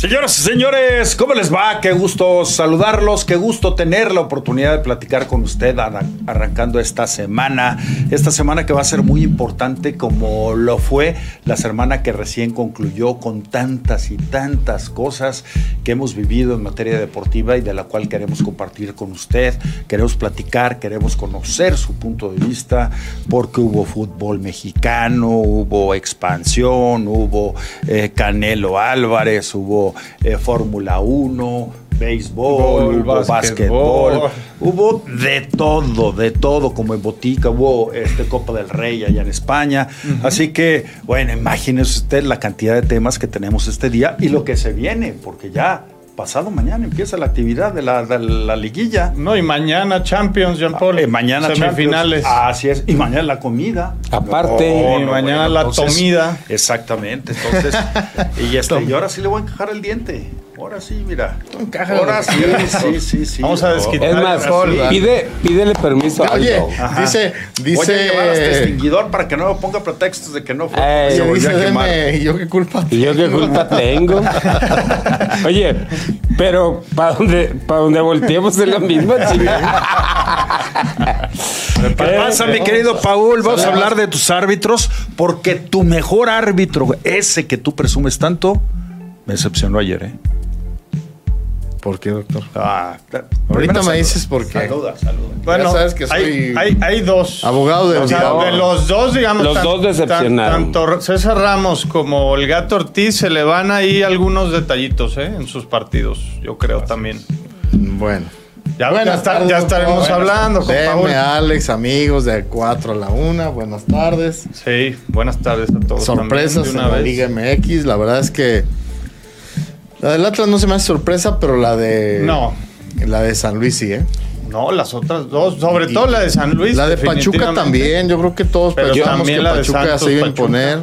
Señoras y señores, ¿cómo les va? Qué gusto saludarlos, qué gusto tener la oportunidad de platicar con usted arrancando esta semana que va a ser muy importante como lo fue la semana que recién concluyó, con tantas y tantas cosas que hemos vivido en materia deportiva y de la cual queremos compartir con usted, queremos platicar, queremos conocer su punto de vista, porque hubo fútbol mexicano, hubo expansión, hubo Canelo Álvarez, hubo Fórmula 1, béisbol, hubo básquetbol, hubo de todo, como en botica, hubo Copa del Rey allá en España. Así que, bueno, imagínese usted la cantidad de temas que tenemos este día y lo que se viene, porque ya pasado mañana empieza la actividad de la liguilla. No, y mañana Champions, Jean Paul. Mañana semifinales. Así es. Y mañana la comida. Aparte. Y mañana la comida. Exactamente. Entonces, y ahora sí le voy a encajar el diente. Ahora sí, mira. Ahora sí. Vamos a desquitar. Es más, pídele permiso a Oye, Aldo. dice. Voy a llevar hasta extinguidor para que no me ponga pretextos de que no fue. ¿Y yo qué culpa? ¿Y yo qué culpa tengo? Oye, pero para donde volteemos es la misma chica. ¿Qué pasa, mi querido Paul? Vamos a hablar de tus árbitros, porque tu mejor árbitro, ese que tú presumes tanto, me decepcionó ayer, ¿Por qué, doctor? Ahorita me dices por qué. Saluda. Bueno, ya sabes que soy hay dos. Abogado de de los dos, digamos. Los dos decepcionaron. Tanto César Ramos como el Gato Ortiz se le van ahí algunos detallitos en sus partidos, yo creo también. Bueno. Ya estaremos hablando con Paul. Alex, amigos de 4 a la 1. Buenas tardes. Sí, buenas tardes a todos. Sorpresas en la Liga MX. La verdad es que la del Atlas no se me hace sorpresa, pero la de San Luis sí, No, las otras dos, sobre todo la de San Luis. La de Pachuca también. Yo creo que todos pensamos que Pachuca se iba a imponer.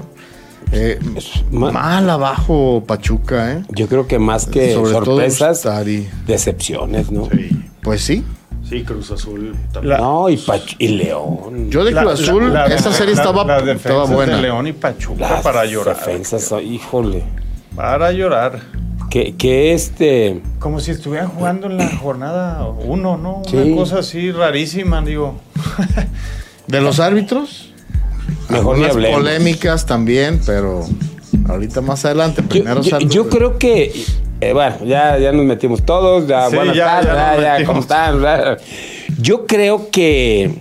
Mal abajo Pachuca, Yo creo que más que sobre sorpresas, todo decepciones, ¿no? Sí. Pues sí. Sí, Cruz Azul también. No, y León. Yo de Cruz Azul, esa serie estaba buena. De León y Pachuca Las para llorar. defensas, híjole. Para llorar. Que Como si estuvieran jugando en la jornada 1, ¿no? Sí. Una cosa así rarísima, digo. De los árbitros, mejor ni algunas hablemos. Polémicas también, pero ahorita más adelante, primero yo creo que bueno, ya nos metimos todos, Sí, buenas tardes, ya ¿cómo están? Yo creo que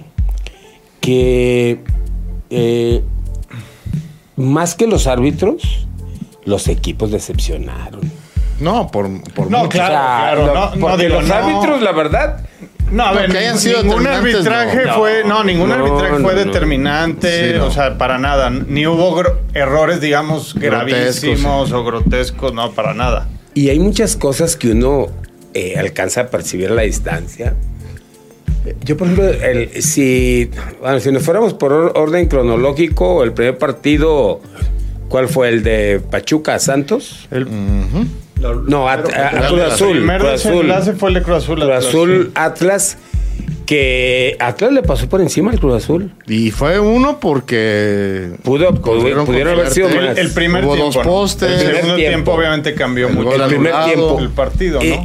más que los árbitros, los equipos decepcionaron. No, por No, mucho. claro. Porque los árbitros, la verdad. No, a ver, que hayan sido ningún arbitraje fue determinante, Sí, no. o sea, para nada. Ni hubo errores, digamos, gravísimos o grotescos, no, para nada. Y hay muchas cosas que uno alcanza a percibir a la distancia. Yo, por ejemplo, si nos fuéramos por orden cronológico, el primer partido, ¿cuál fue? ¿El de Pachuca a Santos? No, a Cruz Azul. El primer desenlace fue el de Cruz Azul. Cruz Azul, Atlas, que Atlas le pasó por encima al Cruz Azul. Y fue uno porque pudieron haber sido más. El primer Hubo tiempo. dos postes. El segundo tiempo. tiempo obviamente cambió El mucho. gol El primer anulado, tiempo. El partido, ¿no?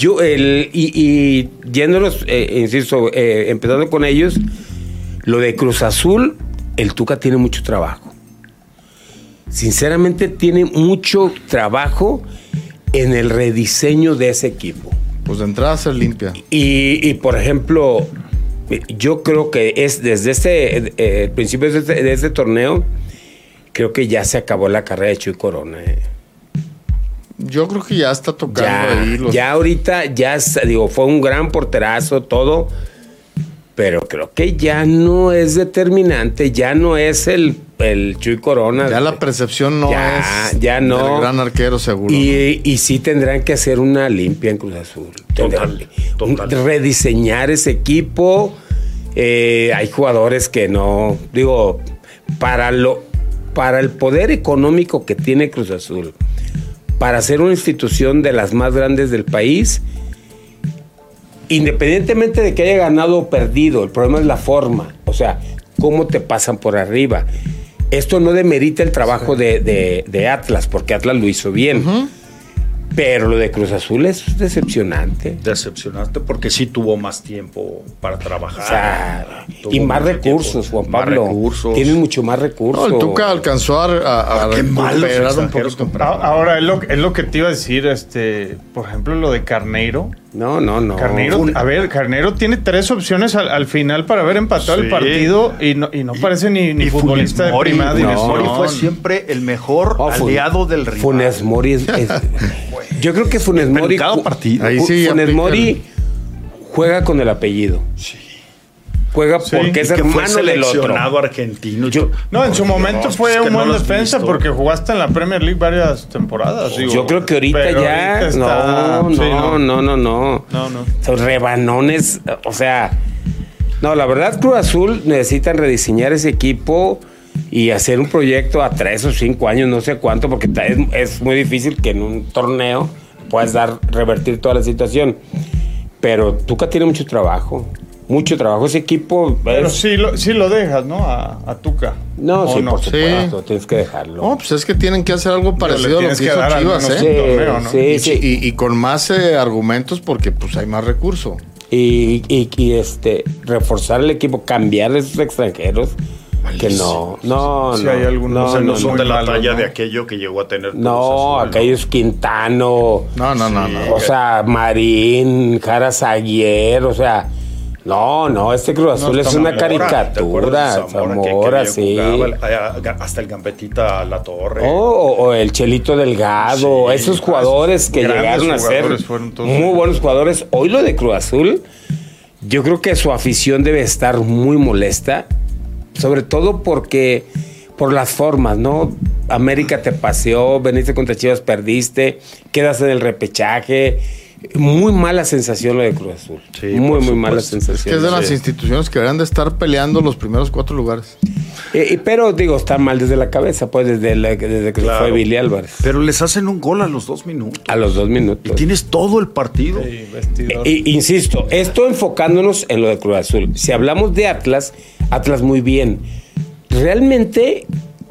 Y yéndolos, insisto, empezando con ellos, lo de Cruz Azul, el Tuca tiene mucho trabajo. Sinceramente tiene mucho trabajo en el rediseño de ese equipo. Pues de entrada ser limpia. Y por ejemplo, yo creo que es desde el principio de este torneo, creo que ya se acabó la carrera de Chuy Corona. Yo creo que ya está tocando ahí. Ya ahorita, fue un gran porterazo, todo, pero creo que ya no es determinante, ya no es el Chuy Corona. Ya la percepción no es ya no. del gran arquero, seguro. Y sí tendrán que hacer una limpia en Cruz Azul. Total. Rediseñar ese equipo. Hay jugadores que no, para el poder económico que tiene Cruz Azul, para ser una institución de las más grandes del país, independientemente de que haya ganado o perdido, el problema es la forma, o sea, cómo te pasan por arriba. Esto no demerita el trabajo de Atlas, porque Atlas lo hizo bien. Pero lo de Cruz Azul es decepcionante. Decepcionante porque sí tuvo más tiempo para trabajar. O sea, y más recursos, Juan Pablo. Tienen mucho más recursos. No, el Tuca alcanzó a recuperar un poco. Ahora, es lo que te iba a decir, por ejemplo, lo de Carneiro. No. Carneiro tiene 3 opciones al final para haber empatado el partido y no parece ni futbolista de primera división. Mori fue siempre el mejor aliado del rival. Funes Mori yo creo que Funes Mori Funes Mori juega con el apellido. Sí. Juega porque es hermano del otro. Argentino. En su momento fue un buen defensa porque jugaste en la Premier League varias temporadas. Yo creo que ahorita ya no. Son rebanones, o sea, no, la verdad Cruz Azul necesitan rediseñar ese equipo y hacer un proyecto a 3 o 5 años, no sé cuánto, porque es muy difícil que en un torneo puedas revertir toda la situación. Pero Tuca tiene mucho trabajo. Ese equipo. Pero sí lo dejas, ¿no? A Tuca. No, sí, por supuesto, tienes que dejarlo. No, pues es que tienen que hacer algo parecido a lo que hizo Chivas, torneo, ¿no? Y con más argumentos porque pues hay más recursos. Y reforzar el equipo, cambiar esos extranjeros. Que no. Si hay algunos no son de la talla de aquello que llegó a tener. No, aquellos Quintano. No. O sea, Marín, Jara Zaguier, o sea. No, este Cruz Azul es una caricatura. Zamora, sí. Hasta el Gambetita La Torre. O el Chelito Delgado. Sí, esos jugadores que llegaron a ser muy buenos jugadores. Hoy lo de Cruz Azul, yo creo que su afición debe estar muy molesta. Sobre todo porque por las formas, ¿no? América te paseó, veniste contra Chivas, perdiste, quedas en el repechaje. Muy mala sensación lo de Cruz Azul. Sí, muy mala sensación. Es que es de las instituciones que deberían de estar peleando los primeros 4 lugares. Pero digo, está mal desde la cabeza, pues desde que se fue Billy Álvarez. Pero les hacen un gol a los 2 minutos. A los 2 minutos. Y tienes todo el partido. Sí, insisto, esto enfocándonos en lo de Cruz Azul. Si hablamos de Atlas muy bien. Realmente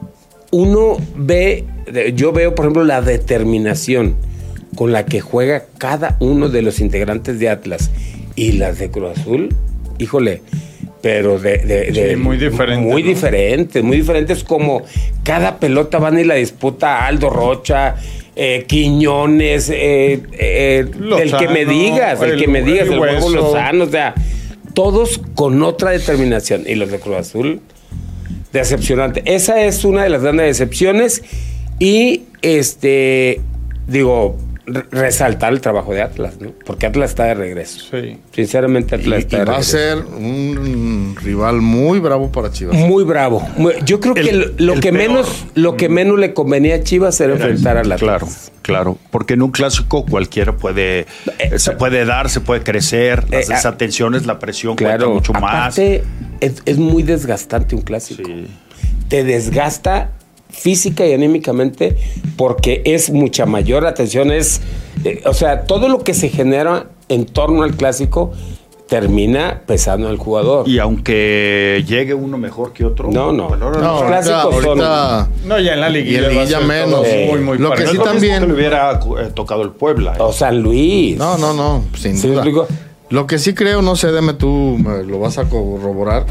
yo veo, por ejemplo, la determinación con la que juega cada uno de los integrantes de Atlas y las de Cruz Azul, híjole, pero muy diferente. Muy diferentes, como cada pelota van y la disputa Aldo Rocha, Quiñones, Lozano, el que me digas, el Huevo Lozano, o sea, todos con otra determinación. Y los de Cruz Azul, decepcionante. Esa es una de las grandes decepciones y resaltar el trabajo de Atlas, ¿no? Porque Atlas está de regreso. Sí. Sinceramente, Atlas está de regreso. Va a ser un rival muy bravo para Chivas. Muy bravo. Yo creo que lo que menos le convenía a Chivas era enfrentar al Atlas. Claro. Porque en un clásico cualquiera se puede dar, se puede crecer. Las desatenciones, la presión cuenta mucho más. Es muy desgastante un clásico. Sí. Te desgasta física y anímicamente porque es mucha mayor atención, todo lo que se genera en torno al clásico termina pesando al jugador. Y aunque llegue uno mejor que otro, los clásicos son... No, ya en la liguilla, y en Liguilla menos. Muy lo que sí es también le hubiera tocado el Puebla. O San Luis. No, sin duda. Lo que sí creo, no sé, deme tú, lo vas a corroborar,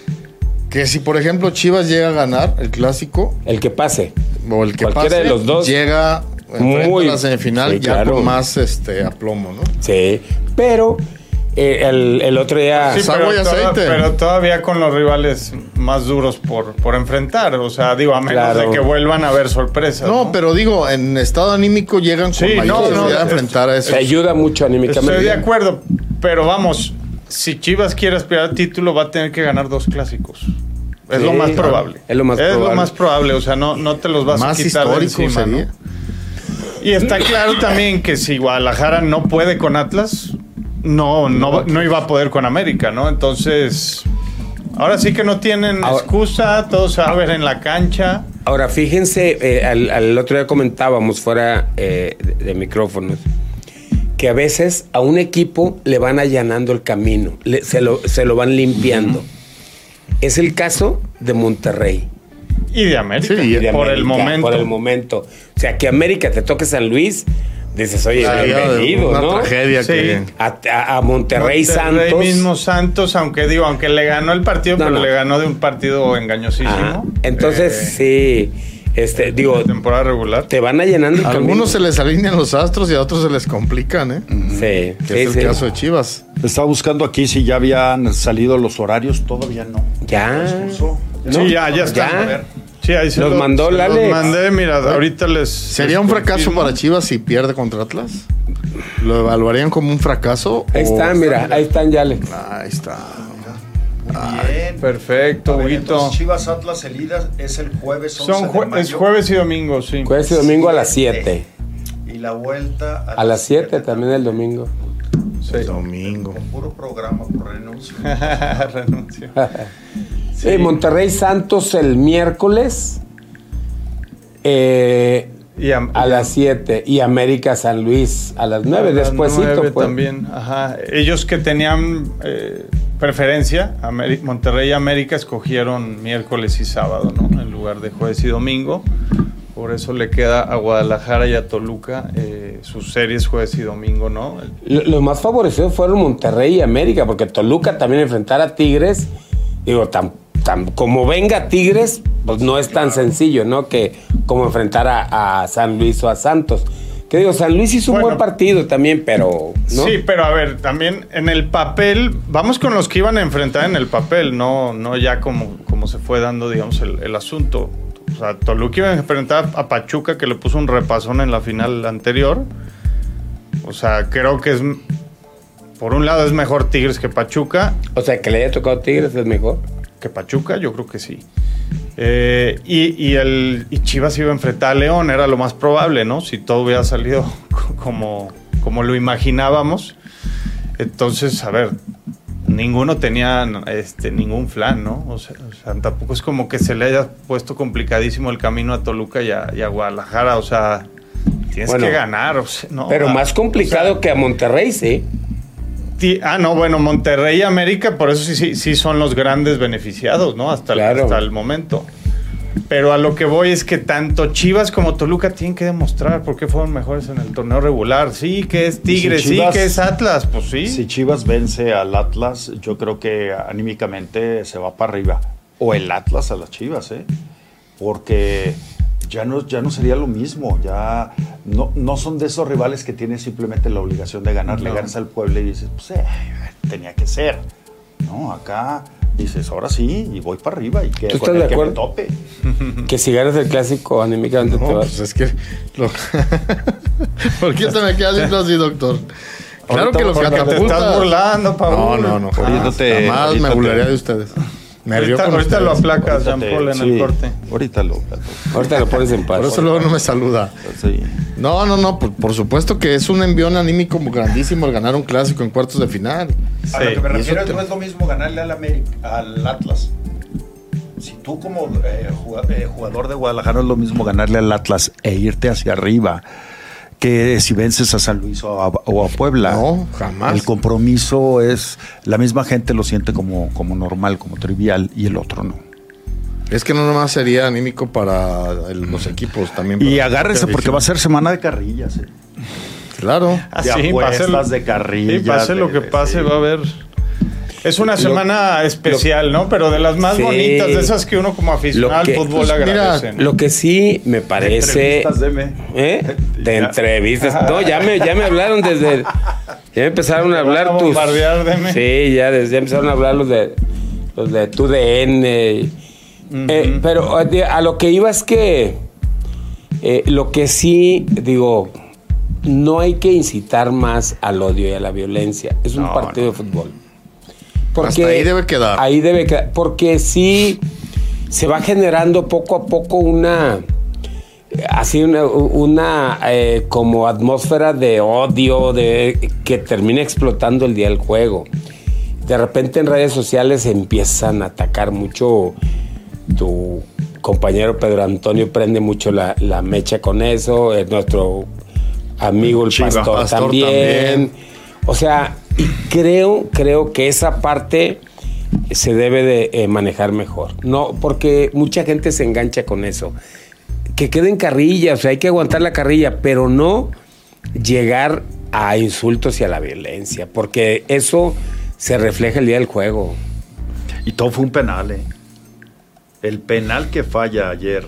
que si, por ejemplo, Chivas llega a ganar el clásico... El que pase. O el que cualquiera pase, de los dos. Llega a la semifinal con más aplomo, ¿no? Sí, pero el otro día... Sí, pero todavía con los rivales más duros por enfrentar. O sea, a menos de que vuelvan a haber sorpresas. No, pero en estado anímico llegan con mayor necesidad de enfrentar a eso. Te ayuda mucho anímicamente. Estoy de acuerdo, pero vamos... Si Chivas quiere aspirar al título, va a tener que ganar 2 clásicos. Es lo más probable. Es lo más probable. O sea, no te los vas a quitar de encima, ¿no? Y está claro también que si Guadalajara no puede con Atlas, no iba a poder con América, ¿no? Entonces, ahora sí que no tienen excusa, todo se va a ver en la cancha. Ahora, fíjense, al otro día comentábamos fuera de micrófonos, que a veces a un equipo le van allanando el camino, se lo van limpiando. Es el caso de Monterrey. Y de América. Sí, por el momento. O sea, que América te toque San Luis, dices, oye, bienvenido, una ¿no? tragedia Sí. que... A Monterrey Santos. mismo Santos, aunque le ganó el partido, pero le ganó de un partido engañosísimo. Ajá. Entonces, sí, temporada regular. te van a llenando el A camino. algunos se les alinean los astros y a otros se les complican, ¿eh? Sí, Que es el caso de Chivas. Estaba buscando aquí si ya habían salido los horarios. Todavía no. Ya. ¿No? Sí, ya está. Ya. A ver. Sí, ahí Los mandó los Alex. mandé, mira, ahorita les... ¿Sería les un fracaso confirmo. para Chivas si pierde contra Atlas? ¿Lo evaluarían como un fracaso? Ahí están, mira, ahí están ya, Alex. Ahí está. Bien. Perfecto, Huguito. Chivas Atlas el ida es el jueves 11 de mayo. Es jueves y domingo, sí. Jueves y domingo a las 7. Y la vuelta A las 7 también el domingo. Sí. Domingo. Con puro programa por renuncio. Renuncio. Sí, Monterrey Santos el miércoles a las 7 y América San Luis a las 9 despuésito. 9 pues. también. Ajá. Ellos que tenían preferencia, Monterrey y América escogieron miércoles y sábado, ¿no? En lugar de jueves y domingo. Por eso le queda a Guadalajara y a Toluca sus series jueves y domingo, ¿no? Los más favorecidos fueron Monterrey y América, porque Toluca también enfrentar a Tigres, digo, como venga Tigres, pues no es tan sencillo, ¿no? Que como enfrentar a San Luis o a Santos. Que digo, San Luis hizo un buen partido también, pero... ¿no? Sí, pero a ver, también en el papel, vamos con los que iban a enfrentar en el papel, no ya como se fue dando, digamos, el asunto. O sea, Toluca iba a enfrentar a Pachuca, que le puso un repasón en la final anterior. O sea, creo que por un lado es mejor Tigres que Pachuca. O sea, que le haya tocado Tigres es mejor. Que Pachuca, yo creo que sí. Y Chivas iba a enfrentar a León, era lo más probable, ¿no? Si todo hubiera salido como lo imaginábamos. Entonces, a ver, ninguno tenía ningún flan, ¿no? O sea, tampoco es como que se le haya puesto complicadísimo el camino a Toluca y a Guadalajara. O sea, tienes que ganar. O sea, no, pero más complicado que a Monterrey, sí. Monterrey y América, por eso sí son los grandes beneficiados, ¿no? Hasta el momento. Pero a lo que voy es que tanto Chivas como Toluca tienen que demostrar por qué fueron mejores en el torneo regular. Sí, que es Tigres, sí, que es Atlas, pues sí. Si Chivas vence al Atlas, yo creo que anímicamente se va para arriba. O el Atlas a las Chivas, porque ya no sería lo mismo. Ya no son de esos rivales que tienen simplemente la obligación de ganar. Le ganas al Puebla y dices, pues tenía que ser. No, acá dices, ahora sí, y voy para arriba y que ¿Tú con estás el de que acuerdo? me tope. Que si ganas el clásico anímicamente te No, vas. pues es que... ¿Por qué te me quedas viendo así, doctor? Claro que lo Porque catapulta. te estás burlando, Paul. No. Ahorita Jamás me burlaría de ustedes. Me río con Ahorita lo ustedes. aplacas, Jean Paul, en el corte. Ahorita lo Pones en paz. Por eso luego no me saluda. sí. No, por supuesto que es un envión anímico grandísimo el ganar un clásico en cuartos de final. A lo que me Y refiero eso no es lo mismo ganarle al Atlas. Si tú como jugador de Guadalajara es lo mismo ganarle al Atlas e irte hacia arriba que si vences a San Luis o a Puebla. No, jamás. El compromiso es, la misma gente lo siente como normal, como trivial, y el otro no. Es que no nomás sería anímico para los equipos también. Y para agárrese porque va a ser semana de carrillas. Claro. De apuestas, de carrillas. Sí, pase lo que pase, va a haber. Es una semana especial, ¿no? Pero de las más bonitas, de esas que uno como aficionado al fútbol pues, agradece. Lo que sí me parece... De entrevistas. No, ya me hablaron desde... Ya me empezaron a hablar tus... Sí, ya empezaron a hablar los de TUDN. Pero a lo que iba es que... lo que sí, digo... No hay que incitar más al odio y a la violencia. Es un partido de fútbol. Porque hasta ahí debe quedar. Ahí debe quedar. Porque sí se va generando poco a poco una como atmósfera de odio que termina explotando el día del juego. De repente en redes sociales empiezan a atacar mucho. Tu compañero Pedro Antonio prende mucho la mecha con eso. Nuestro amigo el Pastor también. O sea, y creo que esa parte se debe de manejar mejor. No, porque mucha gente se engancha con eso. Que queden carrillas, o sea, hay que aguantar la carrilla, pero no llegar a insultos y a la violencia, porque eso se refleja el día del juego. Y todo fue un penal, El penal que falla ayer,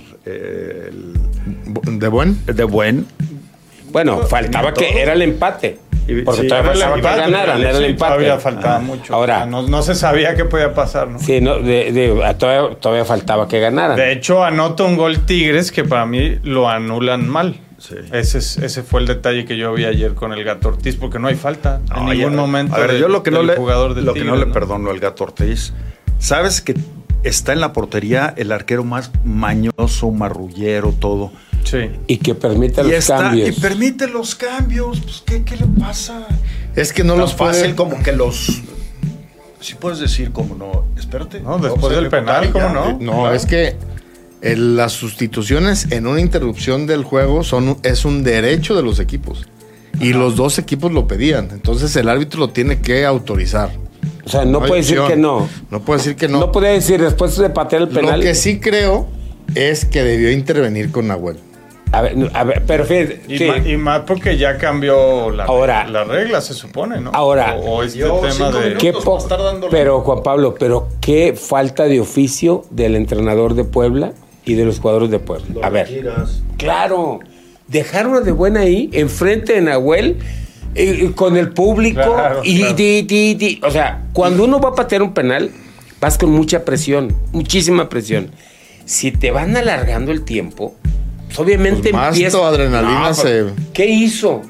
¿De Buen? Bueno, faltaba que era el empate. Porque sí, todavía faltaba que ganaran, era el empate. Todavía faltaba mucho. Ahora, no se sabía qué podía pasar, ¿no? Sí, todavía faltaba que ganaran. De hecho, anota un gol Tigres que para mí lo anulan mal. Sí. Ese fue el detalle que yo vi ayer con el Gato Ortiz, porque no hay falta en ningún momento. A ver, yo lo que no le Tigres, perdono al Gato Ortiz, sabes que está en la portería el arquero más mañoso, marrullero, todo. Sí. Y que permite los cambios. Y permite los cambios. Pues, ¿qué le pasa? Es que no los fácil como que los... Si puedes decir como no... Espérate. No, después del penal, ¿cómo no? No, claro. Es que las sustituciones en una interrupción del juego es un derecho de los equipos. Y los dos equipos lo pedían. Entonces el árbitro lo tiene que autorizar. O sea, no puede decir que no. No puede decir que no. No puede decir después de patear el penal. Lo que sí creo es que debió intervenir con Nahuel. A ver, pero fíjate. Y más porque ya cambió Ahora, la regla, se supone, ¿no? Ahora, o este tema de... Pero, Juan Pablo, qué falta de oficio del entrenador de Puebla y de los jugadores de Puebla. A ver, claro, dejaron a De Buen ahí, enfrente de Nahuel, con el público, claro. O sea, cuando uno va a patear un penal, vas con mucha presión, muchísima presión. Si te van alargando el tiempo, pues obviamente pues empieza... adrenalina ¿Qué hizo?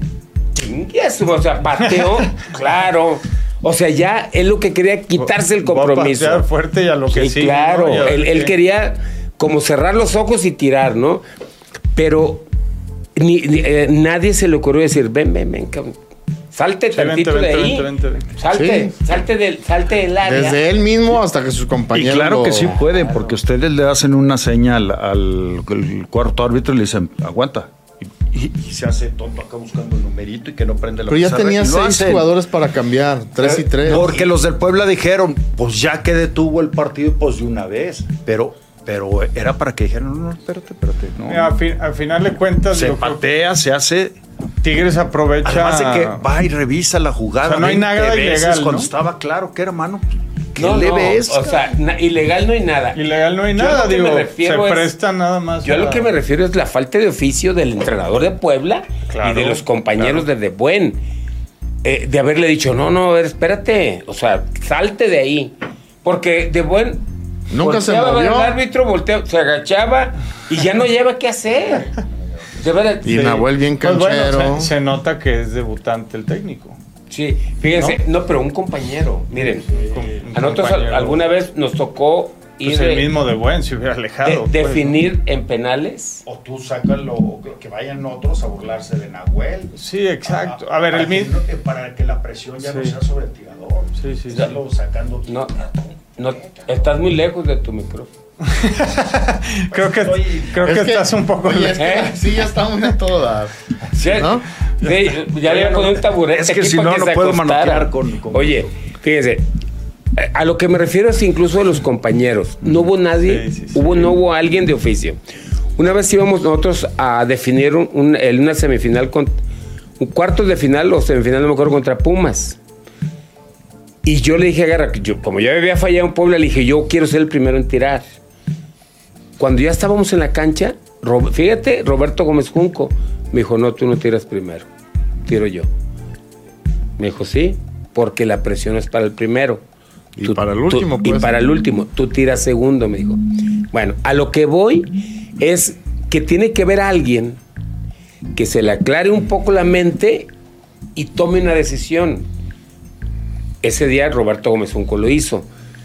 O sea, pateó, claro. O sea, ya él lo que quería quitarse el compromiso. Va a patear fuerte y a lo que sí. Claro, ¿no? él quería como cerrar los ojos y tirar, ¿no? Pero nadie se le ocurrió decir, ven, cabrón. Salte tantito de ahí. Vente. Salte del área. Desde él mismo hasta que sus compañeros. Y claro que sí pueden, porque ustedes le hacen una señal al cuarto árbitro y le dicen, aguanta. Y se hace tonto acá buscando el numerito y que no prende la Pero ya pizarra, tenía y lo 6 hacen. jugadores para cambiar, 3 y 3. Porque los del Puebla dijeron, pues ya que detuvo el partido, pues de una vez. Pero era para que dijeran, no, espérate. No. Al final de cuentas... Se patea, se hace... Tigres aprovecha... Además de que va y revisa la jugada. O sea, no hay nada ilegal, ¿no? Cuando estaba claro que era mano... No, o sea, ilegal no hay nada. Ilegal no hay nada, digo, se presta nada más. Yo a lo que me refiero es la falta de oficio del entrenador de Puebla y de los compañeros de De Buen. De haberle dicho, no, a ver, espérate, o sea, salte de ahí. Porque De Buen nunca se volteaba movió. El árbitro se agachaba y ya no lleva qué hacer. De verdad, Y Nahuel bien canchero. Pues bueno, se nota que es debutante el técnico. Sí, fíjense, no, pero un compañero, miren, a nosotros alguna vez nos tocó ir pues el mismo De Buen se hubiera alejado. definir ¿no? en penales. O tú sácalo, que vayan otros a burlarse de Nahuel. Sí, exacto. A ver, el mismo... Para que la presión ya no sea sobre el tirador. Sí. Sacando... No, estás muy lejos de tu micrófono. creo que estás un poco... Oye, sí, ya estamos en todas. ¿Sí? ¿No? Sí, ya le voy a poner un taburete. Es que si no puedo manotear con... Oye, fíjense, a lo que me refiero es incluso de los compañeros. No hubo nadie, no hubo alguien de oficio. Una vez íbamos nosotros a definir una semifinal, un cuartos de final o semifinal, no me acuerdo, contra Pumas. Y yo le dije a Garra, como yo había fallado en Puebla, le dije, yo quiero ser el primero en tirar. Cuando ya estábamos en la cancha, fíjate, Roberto Gómez Junco me dijo, no, tú no tiras primero, tiro yo. Me dijo, sí, porque la presión es para el primero. Y para el último, pues. Y para el último, tú tiras segundo, me dijo. Bueno, a lo que voy es que tiene que ver a alguien que se le aclare un poco la mente y tome una decisión. Ese día Roberto Gómez Junco lo hizo.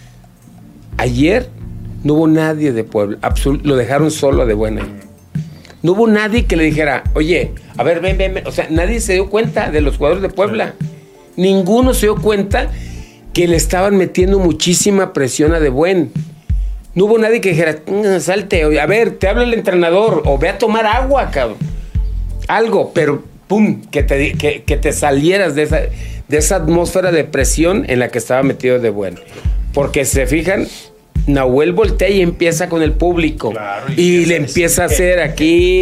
Ayer no hubo nadie de Puebla, lo dejaron solo de buena. No hubo nadie que le dijera, oye, a ver, ven. O sea, nadie se dio cuenta de los jugadores de Puebla. Ninguno se dio cuenta que le estaban metiendo muchísima presión a De Buen. No hubo nadie que dijera, salte, a ver, te habla el entrenador, o ve a tomar agua, cabrón. Algo, pero pum, que te salieras de esa atmósfera de presión en la que estaba metido De Buen. Porque se fijan, Nahuel voltea y empieza con el público. Claro, y le empieza a hacer aquí. Ay,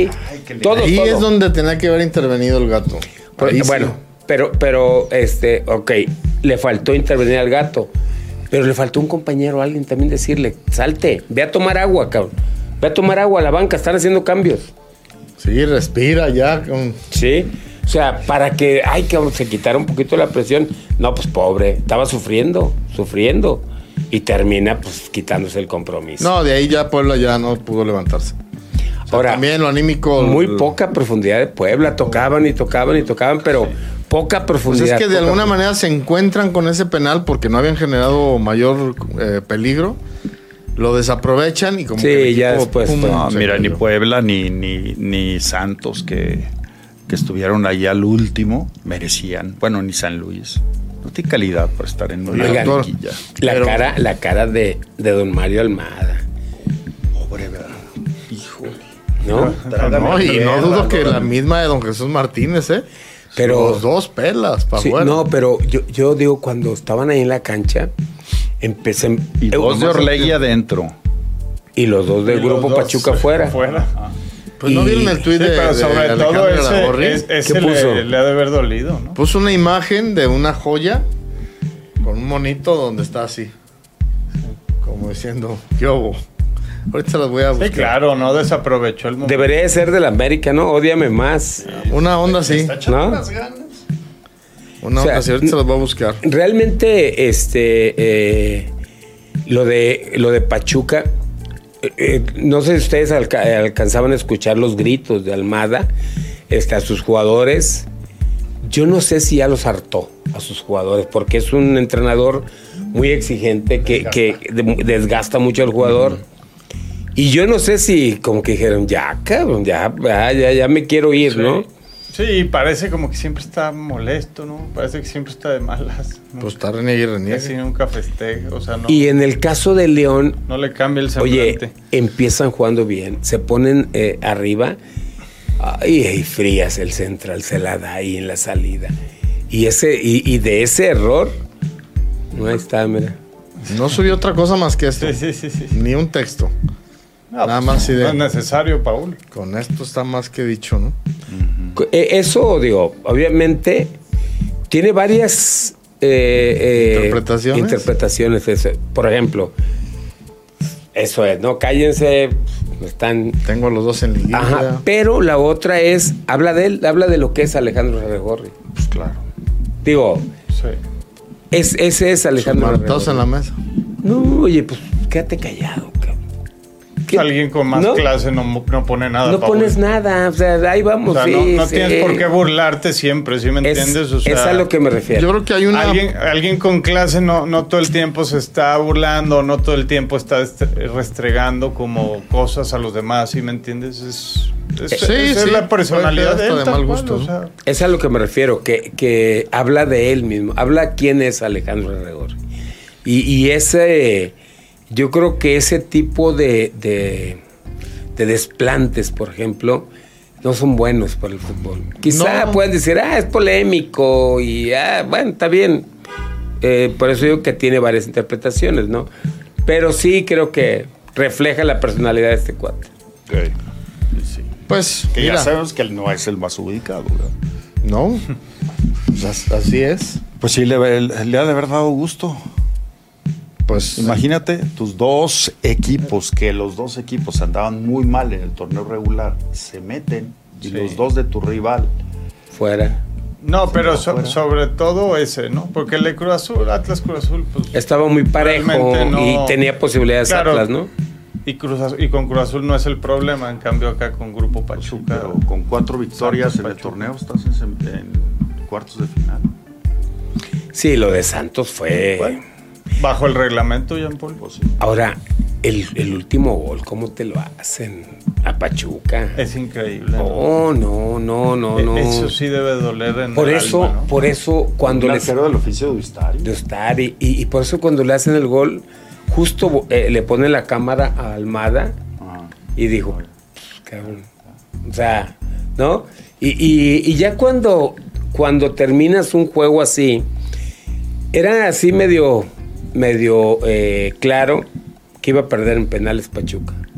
Todo, Ahí todo. es donde tenía que haber intervenido el gato. Ahí Bueno, sí. pero, ok, le faltó intervenir al gato, pero le faltó un compañero, alguien también decirle, salte, ve a tomar agua, cabrón. Ve a tomar agua a la banca, están haciendo cambios. Sí, respira ya. Sí, o sea, para que, cabrón, se quitara un poquito la presión. No, pues pobre, estaba sufriendo, y termina, pues, quitándose el compromiso. No, de ahí ya Puebla ya no pudo levantarse. O sea, Ahora, también lo anímico. muy poca profundidad de Puebla, tocaban, pero poca Pues profundidad. es que de poca alguna manera se encuentran con ese penal porque no habían generado mayor peligro. Lo desaprovechan y como Sí, que el ya equipo, después, No, se mira, ni cayó. Puebla ni Santos que estuvieron ahí al último merecían. Bueno, ni San Luis. No tiene calidad para estar en una Oigan, liguilla. La cara de don Mario Almada, Pobre, ¿verdad? Híjole. ¿no? No, y no dudo que la misma de don Jesús Martínez, Pero- los dos pelas para Sí, afuera. no, pero yo digo, cuando estaban ahí en la cancha, empecé... Y dos de Orlegui adentro. Y los dos del Y los grupo dos Pachuca fuera. Pues no y- vieron el tuit Sí, de, pero sobre de todo Alejandro Irarrágorri? ese ¿Qué puso? le ha de haber dolido, ¿no? Puso una imagen de una joya con un monito donde está así. Como diciendo, ¿qué hubo? Ahorita las voy a buscar. Sí, claro, no desaprovechó el momento. Debería de ser del América, ¿no? Ódiame más. Una onda así. ¿No? Una O sea, onda así. Ahorita se las voy a buscar. Realmente, lo de Pachuca, no sé si ustedes alcanzaban a escuchar los gritos de Almada a sus jugadores. Yo no sé si ya los hartó a sus jugadores, porque es un entrenador muy exigente que desgasta mucho al jugador. Y yo no sé si como que dijeron, ya, cabrón, ya me quiero ir, ¿no? Sí, parece como que siempre está molesto, ¿no? Parece que siempre está de malas, ¿no? Pues está reniegue y reniegue. Casi nunca festeja, o sea, no, Y en el caso de León, no le cambia el oye, semblante. empiezan jugando bien, se ponen arriba y frías el central, se la da ahí en la salida. Y de ese error, no, ahí está, mira. No subió otra cosa más que esto. Sí. Ni un texto. No, Nada más así de- No es necesario, Paul. Con esto está más que dicho, ¿no? Eso, digo, obviamente tiene varias interpretaciones eso. Por ejemplo, eso es, ¿no? Cállense, están... Tengo a los dos en liguilla. Ajá, pero la otra es, habla de él, habla de lo que es Alejandro Irarrágorri. Pues claro. Digo, Sí. ese es Alejandro Martados en la mesa. No, oye, pues quédate callado, cabrón. ¿Qué? Alguien con más ¿No? clase no pone nada. No Paul. pones nada, o sea, ahí O vamos. sea, sí, no sí. tienes por qué burlarte siempre, ¿sí me entiendes? O sea, es a lo que me refiero. Yo creo que hay una... alguien con clase no todo el tiempo se está burlando, no todo el tiempo está restregando como cosas a los demás, ¿sí me entiendes? Esa es la personalidad de Puede él. quedar hasta de tal mal cual, gusto, o sea, Es a lo que me refiero, que habla de él mismo, habla quién es Alejandro Irarrágorri. Y ese, yo creo que ese tipo de desplantes, por ejemplo, no son buenos para el fútbol. Quizá No. puedan decir, es polémico y, bueno, está bien. Por eso digo que tiene varias interpretaciones, ¿no? Pero sí creo que refleja la personalidad de este cuate. Pues, Que mira, ya sabemos que él no es el más ubicado, ¿verdad? no. Pues así es. Pues sí, le ha de haber dado gusto. Pues Imagínate tus dos equipos, que los dos equipos andaban muy mal en el torneo regular, se meten y Sí. los dos de tu rival. Fuera. no, pero afuera. sobre todo ese, ¿no? Porque el de Cruz Azul, Atlas Cruz Azul, pues... Estaba muy parejo Realmente no. y tenía posibilidades Claro. Atlas, ¿no? Y con Cruz Azul no es el problema, en cambio acá con Grupo Pachuca. Pero con 4 victorias Santos, en el Pachuca. torneo estás en cuartos de final. Sí, lo de Santos fue... Bueno, bajo el reglamento, Jean Paul. Pues sí. Ahora, el último gol, ¿cómo te lo hacen? A Pachuca. Es increíble. No. Eso sí debe doler en Por el eso, alma, ¿no? por eso cuando Un les arquero del oficio de Ustari. de Ustari, y por eso cuando le hacen el gol, justo le ponen la cámara a Almada Ajá. y dijo, cabrón, o sea, ¿no? Y ya cuando terminas un juego así, era así medio claro que iba a perder en penales Pachuca.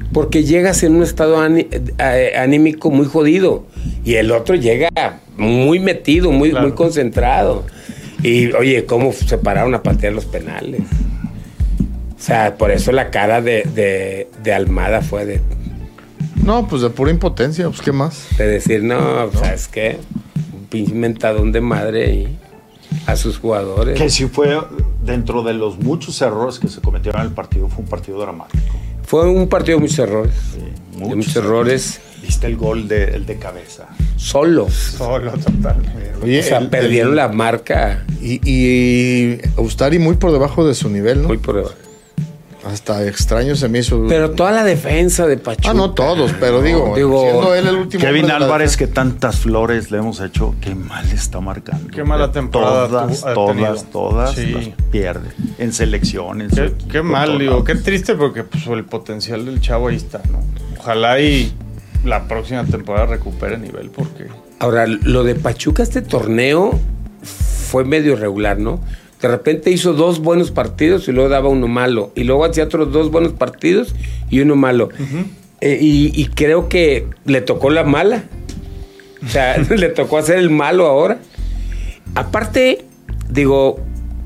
porque llegas en un estado anímico muy jodido y el otro llega muy metido, muy concentrado. Y oye, cómo se pararon a patear los penales. O sea, por eso la cara de Almada fue de... No, pues de pura impotencia, pues ¿qué más? De decir, no, ¿sabes qué? Un pinche mentadón de madre y a sus jugadores. Que sí fue dentro de los muchos errores que se cometieron en el partido, fue un partido dramático. Fue un partido de muchos errores. Sí, muchos errores. Viste el gol el de cabeza. Solo, totalmente. Oye, o sea, perdieron la marca. Y Ustari muy por debajo de su nivel, ¿no? Muy por debajo. Hasta extraño se me hizo. Pero toda la defensa de Pachuca. No todos, pero digo siendo él el último. Kevin Álvarez, que tantas flores le hemos hecho, qué mal está marcando. Qué mala temporada. Todas sí. las pierde. En selección, en Qué mal, digo, qué triste porque pues, el potencial del chavo ahí está, ¿no? Ojalá y la próxima temporada recupere nivel porque... Ahora, lo de Pachuca, este torneo fue medio irregular, ¿no? De repente hizo 2 buenos partidos y luego daba uno malo. Y luego hacía otros 2 buenos partidos y uno malo. Uh-huh. Y creo que le tocó la mala. O sea, le tocó hacer el malo ahora. Aparte, digo,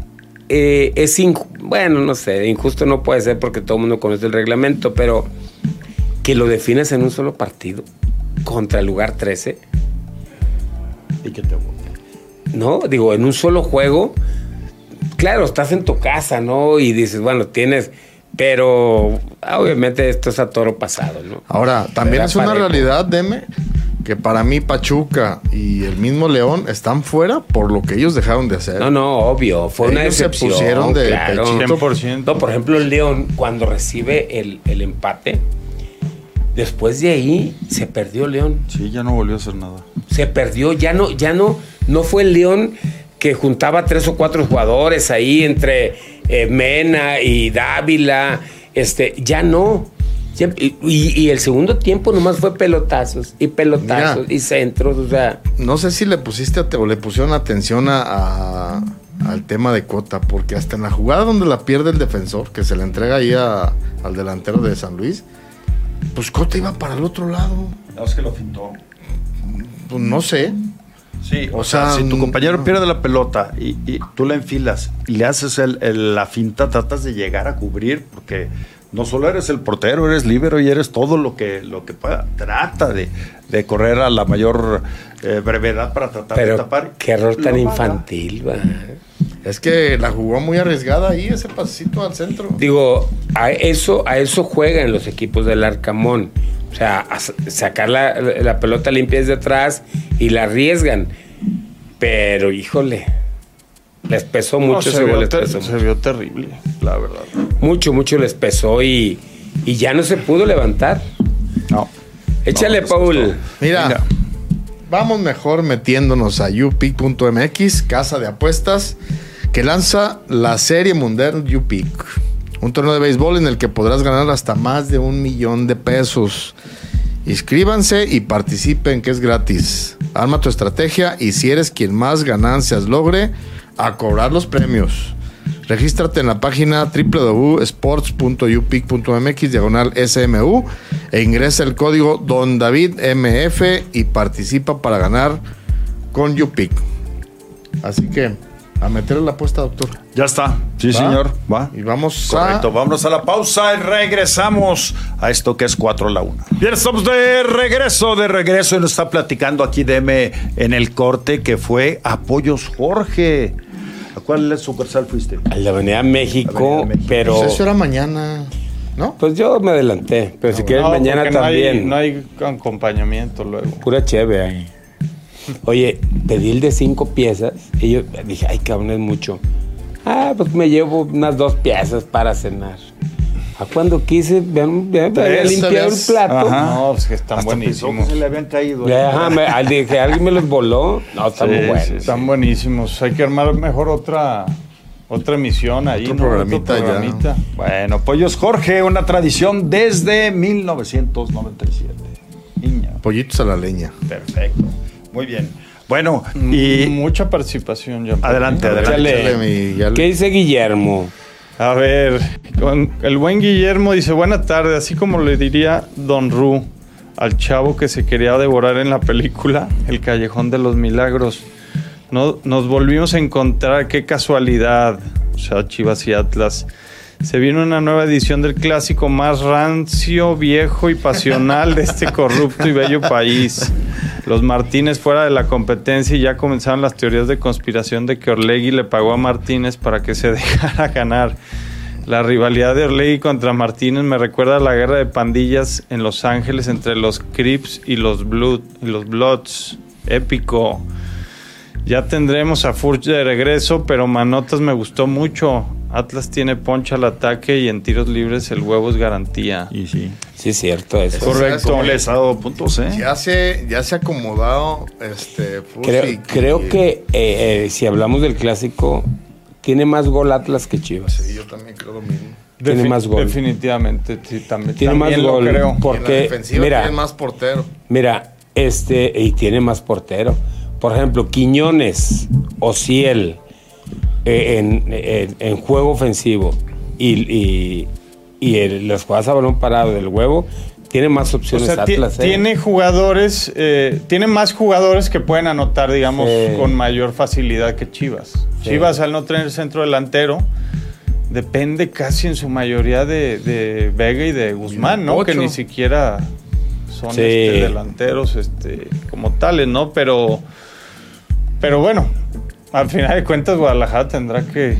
bueno, no sé, injusto no puede ser porque todo el mundo conoce el reglamento, pero que lo defines en un solo partido contra el lugar 13. ¿Y qué te gusta? No, digo, en un solo juego... Claro, estás en tu casa, ¿no? Y dices, bueno, tienes... Pero obviamente esto es a toro pasado, ¿no? Ahora, también es una realidad, Deme, que para mí Pachuca y el mismo León están fuera por lo que ellos dejaron de hacer. No, obvio. Fue una excepción. Se pusieron de claro. pechito. 100%. No, por ejemplo, el León, cuando recibe el empate, después de ahí se perdió León. Sí, ya no volvió a hacer nada. Se perdió, ya no fue el León... que juntaba 3 o 4 jugadores ahí entre Mena y Dávila, ya no. Y el segundo tiempo nomás fue pelotazos y y centros, o sea. No sé si le pusiste o le pusieron atención al tema de Cota, porque hasta en la jugada donde la pierde el defensor, que se le entrega ahí al delantero de San Luis, pues Cota iba para el otro lado. No, es que lo fintó. Pues no sé. Sí, o sea, si tu compañero pierde la pelota y tú la enfilas y le haces la finta, tratas de llegar a cubrir, porque no solo eres el portero, eres líbero y eres todo lo que pueda. Trata de correr a la mayor brevedad para tratar de tapar. Qué error tan infantil, va. Es que la jugó muy arriesgada ahí, ese pasito al centro. Digo, a eso juegan los equipos del Arcamón. O sea, a sacar la pelota limpia desde atrás y la arriesgan. Pero, híjole, les pesó mucho ese gol. Se vio terrible, la verdad. Mucho les pesó y ya no se pudo levantar. No. Échale, Paul. Mira, vamos mejor metiéndonos a upick.mx, casa de apuestas, que lanza la Serie Mundial UPick. Un torneo de béisbol en el que podrás ganar hasta más de $1,000,000. Inscríbanse y participen, que es gratis. Arma tu estrategia y si eres quien más ganancias logre, a cobrar los premios. Regístrate en la página www.sports.upick.mx/SMU e ingresa el código DonDavidMF y participa para ganar con UPick. Así que a meterle la apuesta, doctor. Ya está. Sí, ¿Va? señor. Va. Y vamos vámonos a la pausa y regresamos a esto que es 4 a la 1. Bien, estamos de regreso y nos está platicando aquí Deme en el corte que fue Apoyos Jorge. ¿A cuál sucursal fuiste? A la Avenida México, pero... Pues eso era mañana, ¿no? Pues yo me adelanté, pero si quieres mañana también. No hay acompañamiento luego. Pura cheve ahí. Oye, pedí el de 5 piezas y yo dije, ay, cabrón, es mucho. Pues me llevo unas 2 piezas para cenar. Cuando quise, me había limpiado el plato. Ajá. No, es que están buenísimos. Se le habían caído. Dije, ¿alguien me los voló? No, están muy buenos. Están buenísimos. Hay que armar mejor otra emisión ahí. Otro programita ya. Bueno, Pollos Jorge, una tradición desde 1997. Niña. Pollitos a la leña. Perfecto. Muy bien. Bueno, y... Mucha participación, ya. Adelante. ¿Qué dice Guillermo? A ver, el buen Guillermo dice, buena tarde, así como le diría Don Ru al chavo que se quería devorar en la película El Callejón de los Milagros. No, nos volvimos a encontrar, qué casualidad. O sea, Chivas y Atlas. Se viene una nueva edición del clásico más rancio, viejo y pasional de este corrupto y bello país. Los Martínez fuera de la competencia y ya comenzaron las teorías de conspiración de que Orlegui le pagó a Martínez para que se dejara ganar. La rivalidad de Orlegui contra Martínez me recuerda a la guerra de pandillas en Los Ángeles entre los Crips y los Bloods. Épico. Ya tendremos a Furch de regreso, pero Manotas me gustó mucho. Atlas tiene poncha al ataque y en tiros libres el huevo es garantía. Y sí. Sí, es cierto eso. Correcto. Les ha dado puntos, ¿eh? Ya se ha acomodado Furch creo que si hablamos del clásico, tiene más gol Atlas que Chivas. Sí, yo también creo lo mismo. Tiene más gol. Definitivamente, sí, también. Tiene más gol, creo. porque en la defensiva mira, tiene más portero. Mira, y tiene más portero. Por ejemplo, Quiñones o Ciel en juego ofensivo y las jugadas a balón parado del huevo, tiene más opciones. O sea, Atlas. Tiene jugadores, tiene más jugadores que pueden anotar, digamos, con mayor facilidad que Chivas. Sí. Chivas, al no tener centro delantero, depende casi en su mayoría de Vega y de Guzmán, ¿no? Que ni siquiera son delanteros como tales, ¿no? Pero bueno, al final de cuentas Guadalajara tendrá que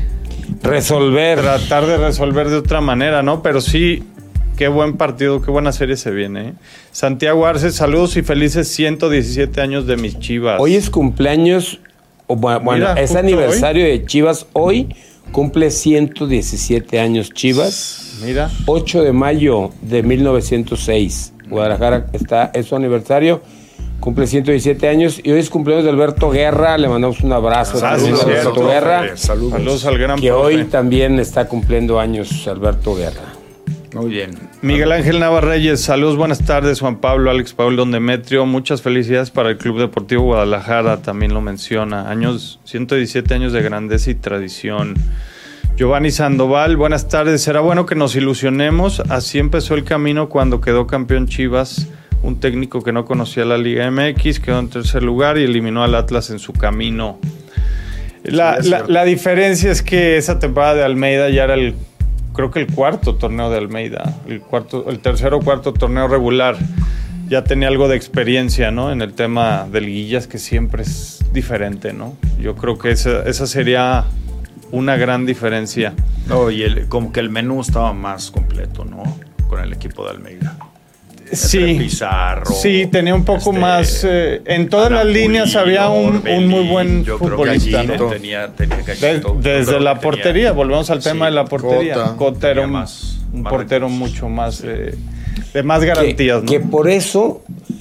tratar de resolver de otra manera, ¿no? Pero sí, qué buen partido, qué buena serie se viene, ¿eh? Santiago Arce, saludos y felices 117 años de mis Chivas. Hoy es cumpleaños, bueno, es aniversario de Chivas. Hoy cumple 117 años Chivas. Mira. 8 de mayo de 1906. Guadalajara es su aniversario. Cumple 117 años y hoy es cumpleaños de Alberto Guerra. Le mandamos un abrazo a Alberto Guerra. Saludos al gran que profe. hoy también está cumpliendo años Alberto Guerra. Muy bien. Miguel Ángel Navarreyes, saludos, buenas tardes. Juan Pablo, Alex Paul, Don Demetrio, muchas felicidades para el Club Deportivo Guadalajara, también lo menciona. 117 años de grandeza y tradición. Giovanni Sandoval, buenas tardes. Será bueno que nos ilusionemos. Así empezó el camino cuando quedó campeón Chivas. Un técnico que no conocía la Liga MX, quedó en tercer lugar y eliminó al Atlas en su camino. La diferencia es que esa temporada de Almeida ya era creo que el cuarto torneo de Almeida, el tercer o cuarto torneo regular. Ya tenía algo de experiencia, ¿no? En el tema de liguillas, que siempre es diferente, ¿no? Yo creo que esa sería una gran diferencia. No, y como que el menú estaba más completo, ¿no? Con el equipo de Almeida. Sí, Pizarro, sí, tenía un poco más. En todas las líneas había un muy buen futbolista, ¿no? Tenía Cachito. Desde la portería, volvemos al tema de la portería. Cota era un portero mucho más de más garantías, ¿no? Que por eso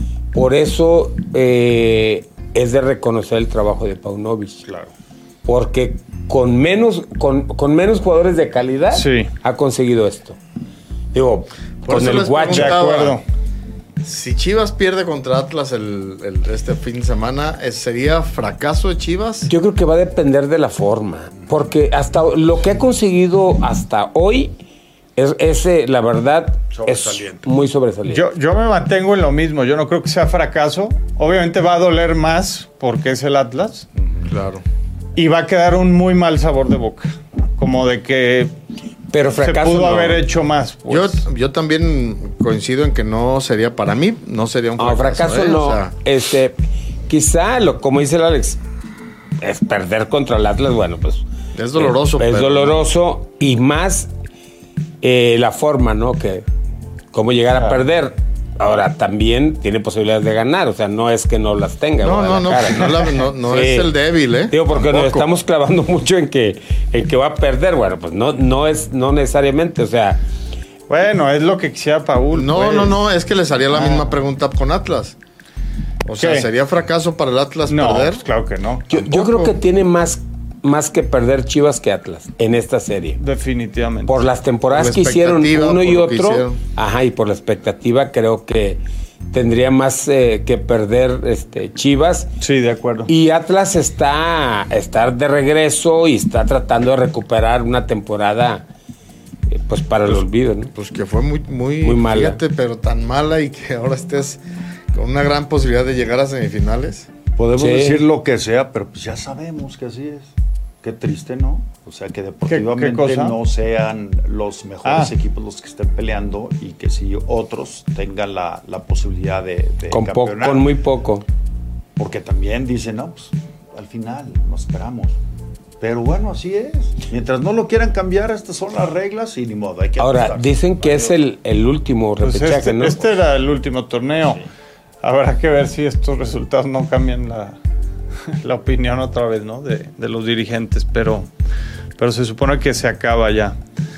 es de reconocer el trabajo de Paunovic. Claro. Porque con menos jugadores de calidad ha conseguido esto. Digo, por con el Guacho. De acuerdo. Si Chivas pierde contra Atlas este fin de semana, ¿sería fracaso de Chivas? Yo creo que va a depender de la forma. Porque hasta lo que ha conseguido hasta hoy es la verdad, es muy sobresaliente. Yo me mantengo en lo mismo. Yo no creo que sea fracaso. Obviamente va a doler más porque es el Atlas. Claro. Y va a quedar un muy mal sabor de boca. Como de que pero fracaso se pudo haber hecho más. Pues. Yo también coincido en que no sería, para mí, no sería un fracaso. Fracaso no. O sea, quizá, como dice el Alex, es perder contra el Atlas, bueno, pues. Es doloroso. Es doloroso y más la forma, ¿no? Que cómo llegar a perder. Ahora, también tiene posibilidades de ganar, o sea, no es que no las tenga. No es el débil, ¿eh? Digo, porque nos estamos clavando mucho en que va a perder, bueno, pues no necesariamente, o sea. Bueno, es lo que quisiera Paul. No, es que les haría la misma pregunta con Atlas. O sea, ¿sería fracaso para el Atlas perder? Pues claro que no. Yo creo que tiene más que perder Chivas que Atlas en esta serie. Definitivamente. Por las temporadas que hicieron uno y otro. Ajá, y por la expectativa creo que tendría más que perder Chivas. Sí, de acuerdo. Y Atlas está de regreso y está tratando de recuperar una temporada Pues para el olvido, ¿no? Pues que fue muy mala. Fíjate, pero tan mala y que ahora estés con una gran posibilidad de llegar a semifinales. Podemos decir lo que sea, pero pues ya sabemos que así es. Qué triste, ¿no? O sea, que deportivamente no sean los mejores equipos los que estén peleando y que sí otros tengan la posibilidad de campeonar. Con muy poco. Porque también dicen, no, pues al final nos esperamos. Pero bueno, así es. Mientras no lo quieran cambiar, estas son las reglas y ni modo. Hay que ahora, ajustarse. dicen que es el último repechaje, pues ¿no? Este era el último torneo. Sí. Habrá que ver si estos resultados no cambian la opinión otra vez, ¿no? De los dirigentes, pero se supone que se acaba ya.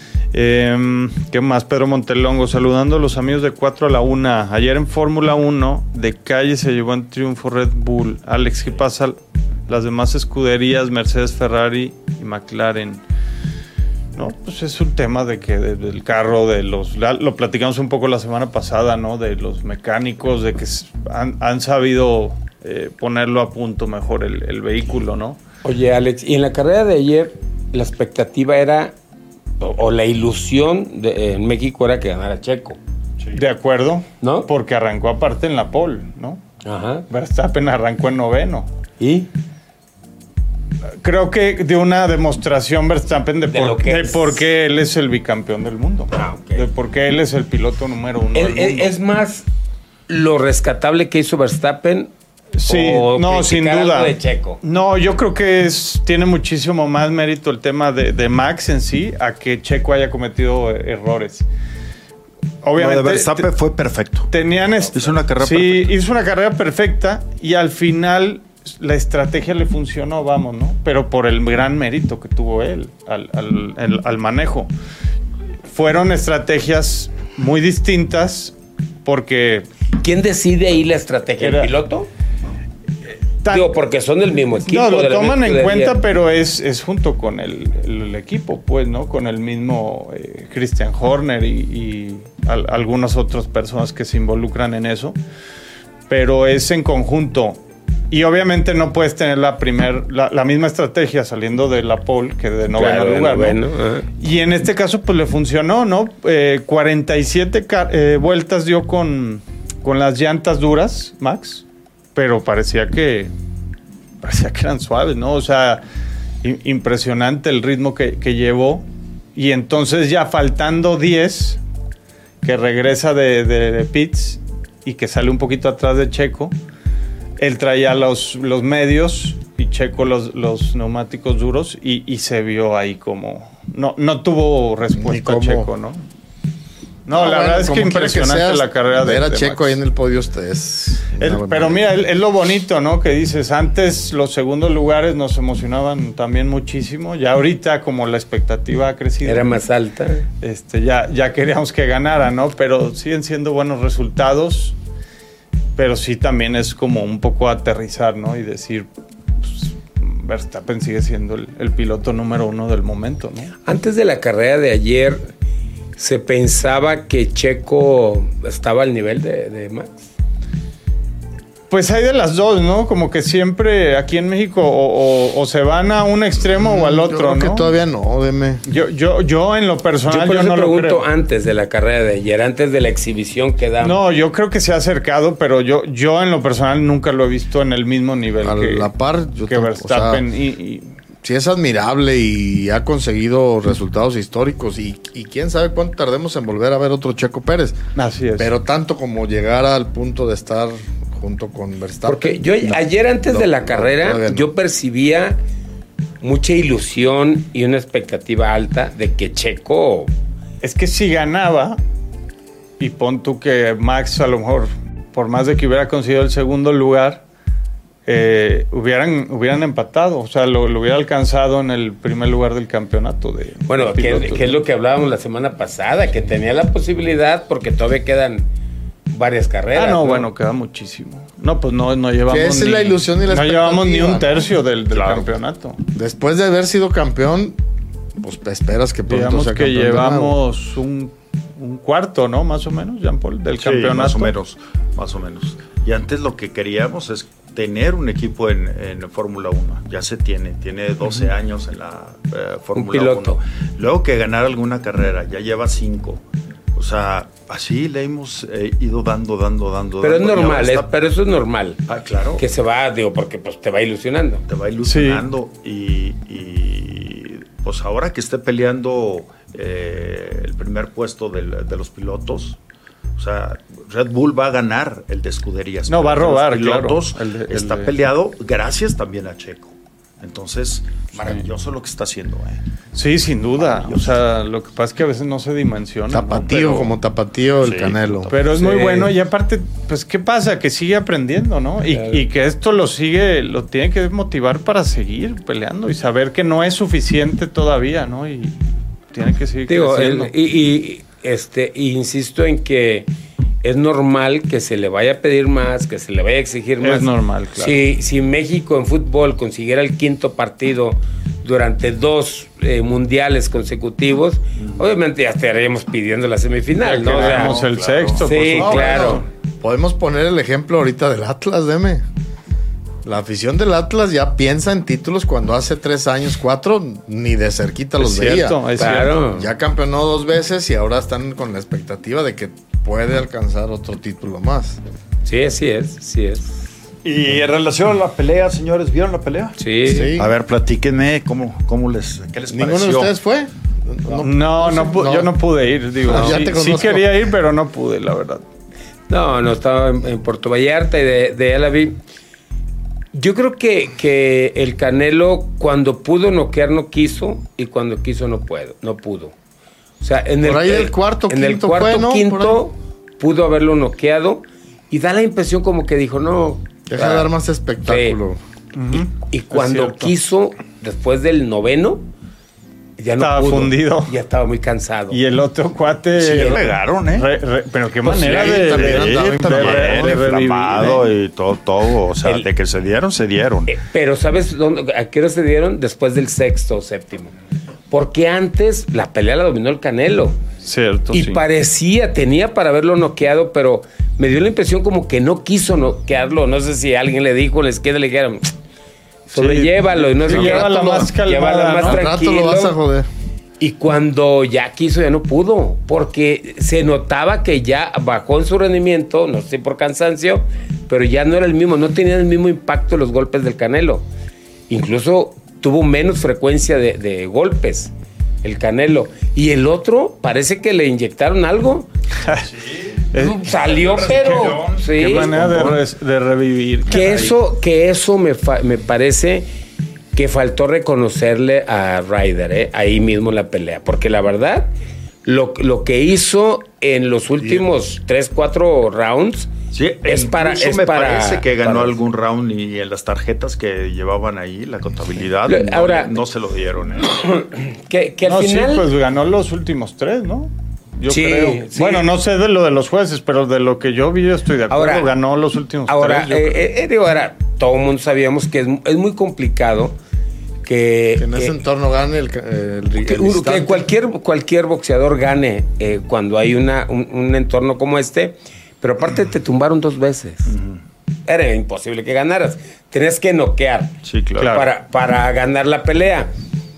¿Qué más? Pedro Montelongo, saludando a los amigos de 4 a la 1. Ayer en Fórmula 1, de calle se llevó en triunfo Red Bull. Alex, ¿qué pasa? Las demás escuderías, Mercedes, Ferrari y McLaren. No, pues es un tema de que del carro, lo platicamos un poco la semana pasada, ¿no? De los mecánicos, de que han sabido ponerlo a punto mejor el vehículo, ¿no? Oye, Alex, y en la carrera de ayer, la expectativa era, o la ilusión en México era que ganara Checo. Sí. De acuerdo, ¿no? Porque arrancó aparte en la pole, ¿no? Ajá. Verstappen arrancó en 9º. ¿Y? Creo que dio una demostración Verstappen de por qué él es el bicampeón del mundo. Okay. De por qué él es el piloto número 1 del mundo. ¿Es más lo rescatable que hizo Verstappen? Sí, no, sin duda. De Checo? No, yo creo que tiene muchísimo más mérito el tema de Max en sí a que Checo haya cometido errores. Obviamente. Lo de Verstappen fue perfecto. Hizo una carrera perfecta. Sí, hizo una carrera perfecta y al final la estrategia le funcionó, vamos, ¿no? Pero por el gran mérito que tuvo él al manejo. Fueron estrategias muy distintas porque... ¿Quién decide ahí la estrategia? ¿El piloto? Digo, porque son del mismo equipo. No, lo toman en cuenta, pero es junto con el equipo, pues, ¿no? Con el mismo Christian Horner y algunas otras personas que se involucran en eso. Pero es en conjunto. Y obviamente no puedes tener la misma estrategia saliendo de la pole que de noveno lugar, ¿no? Y en este caso, pues le funcionó, ¿no? 47 vueltas dio con las llantas duras, Max, pero parecía que eran suaves, ¿no? O sea, impresionante el ritmo que llevó. Y entonces ya faltando 10, que regresa de pits y que sale un poquito atrás de Checo, él traía los medios y Checo los neumáticos duros y se vio ahí como... No tuvo respuesta Checo, ¿no? No, la verdad es que impresionante la carrera de ver a Checo Max. Ahí en el podio ustedes. Pero mira, es lo bonito, ¿no? Que dices, antes los segundos lugares nos emocionaban también muchísimo. Ya ahorita, como la expectativa ha crecido. Era más alta. Ya queríamos que ganara, ¿no? Pero siguen siendo buenos resultados. Pero sí también es como un poco aterrizar, ¿no? Y decir, pues, Verstappen sigue siendo el piloto número 1 del momento, ¿no? Antes de la carrera de ayer, ¿se pensaba que Checo estaba al nivel de Max? Pues hay de las dos, ¿no? Como que siempre aquí en México o se van a un extremo o al otro, yo creo ¿no? Que todavía no, deme. Yo en lo personal yo no lo creo. pregunto antes de la carrera de ayer, antes de la exhibición que damos. No, yo creo que se ha acercado, pero yo en lo personal nunca lo he visto en el mismo nivel a la par, que Verstappen. Sí es admirable y ha conseguido resultados históricos y quién sabe cuánto tardemos en volver a ver otro Checo Pérez. Así es. Pero tanto como llegar al punto de estar junto con Verstappen. Porque yo ayer antes de la carrera yo percibía mucha ilusión y una expectativa alta de que Checo... Es que si ganaba, y pon tú que Max a lo mejor, por más de que hubiera conseguido el segundo lugar, hubieran empatado, o sea, lo hubiera alcanzado en el primer lugar del campeonato. Bueno, que es lo que hablábamos la semana pasada, que tenía la posibilidad porque todavía quedan varias carreras. ¿no? Bueno, queda muchísimo. No, pues no llevamos esa es la ilusión y la no llevamos ni un tercio del campeonato. Después de haber sido campeón, pues esperas que pronto digamos sea que campeón. Llevamos un cuarto, ¿no? Más o menos, Jean Paul, del campeonato. Más o menos. Y antes lo que queríamos es tener un equipo en Fórmula 1. Ya se tiene 12 años en la Fórmula 1. Luego que ganar alguna carrera, ya lleva 5. O sea, así le hemos ido dando. Pero es normal, pero eso es normal. Ah, claro. Que se va, porque pues te va ilusionando. Te va ilusionando. Sí. Y pues ahora que esté peleando el primer puesto de los pilotos, o sea, Red Bull va a ganar el de escuderías. No, va a robar, pilotos, claro. Está peleado gracias también a Checo. Entonces, maravilloso lo que está haciendo. Sí, sin duda. O sea, lo que pasa es que a veces no se dimensiona. Tapatío, ¿no? Como tapatío el Canelo. Pero es muy bueno. Y aparte, pues, ¿qué pasa? Que sigue aprendiendo, ¿no? Y que esto lo tiene que motivar para seguir peleando y saber que no es suficiente todavía, ¿no? Y tiene que seguir creciendo. Insisto en que es normal que se le vaya a pedir más, que se le vaya a exigir más. Es normal, claro. Si México en fútbol consiguiera el 5º partido durante 2 mundiales consecutivos, obviamente ya estaríamos pidiendo la semifinal, ¿no? Queremos el 6º. Sí, claro. Bueno, podemos poner el ejemplo ahorita del Atlas, Deme. La afición del Atlas ya piensa en títulos cuando hace 3 años, 4, ni de cerquita los veía. Es cierto. Ya campeonó 2 veces y ahora están con la expectativa de que puede alcanzar otro título más. Sí, así es. Y en relación a la pelea, señores, ¿vieron la pelea? Sí. A ver, platíquenme qué les pareció. ¿Ninguno de ustedes fue? No, yo no pude ir. Digo, sí quería ir, pero no pude, la verdad. No, estaba en Puerto Vallarta y de ella la vi. Yo creo que el Canelo cuando pudo noquear no quiso y cuando quiso no pudo. O sea, en el cuarto, quinto pudo haberlo noqueado y da la impresión como que dijo, no. Deja de dar más espectáculo. Sí. Y cuando quiso, después del 9º, ya no estaba pudo. Fundido. Ya estaba muy cansado. Y el otro cuate... Sí, pegaron, pero qué pues manera de inflamado y todo. O sea, de que se dieron. Pero ¿sabes a qué hora se dieron? Después del 6º o 7º. Porque antes la pelea la dominó el Canelo. Cierto, y tenía para haberlo noqueado, pero me dio la impresión como que no quiso noquearlo. No sé si alguien le dijo en la izquierda, le dijeron, sobrellévalo y no sé qué. Llévala más calmada, más tranquilo. Lo vas a joder. Y cuando ya quiso, ya no pudo, porque se notaba que ya bajó en su rendimiento, no sé por cansancio, pero ya no era el mismo, no tenía el mismo impacto los golpes del Canelo. Incluso tuvo menos frecuencia de golpes el Canelo. Y el otro parece que le inyectaron algo. Salió, pero qué manera de revivir. Que eso me parece que faltó reconocerle a Ryder, ahí mismo en la pelea. Porque la verdad, lo que hizo en los últimos 3-4 rounds me parece que ganó algún round y en las tarjetas que llevaban ahí, la contabilidad, no se lo dieron. Que al final... Sí, pues ganó los últimos 3, ¿no? Yo creo. Sí. Bueno, no sé de lo de los jueces, pero de lo que yo vi, yo estoy de acuerdo. Ganó los últimos 3. Ahora, todo el mundo sabíamos que es muy complicado que en ese entorno gane que cualquier boxeador gane cuando hay un entorno como este, pero aparte te tumbaron 2 veces. Era imposible que ganaras. Tenías que noquear para ganar la pelea.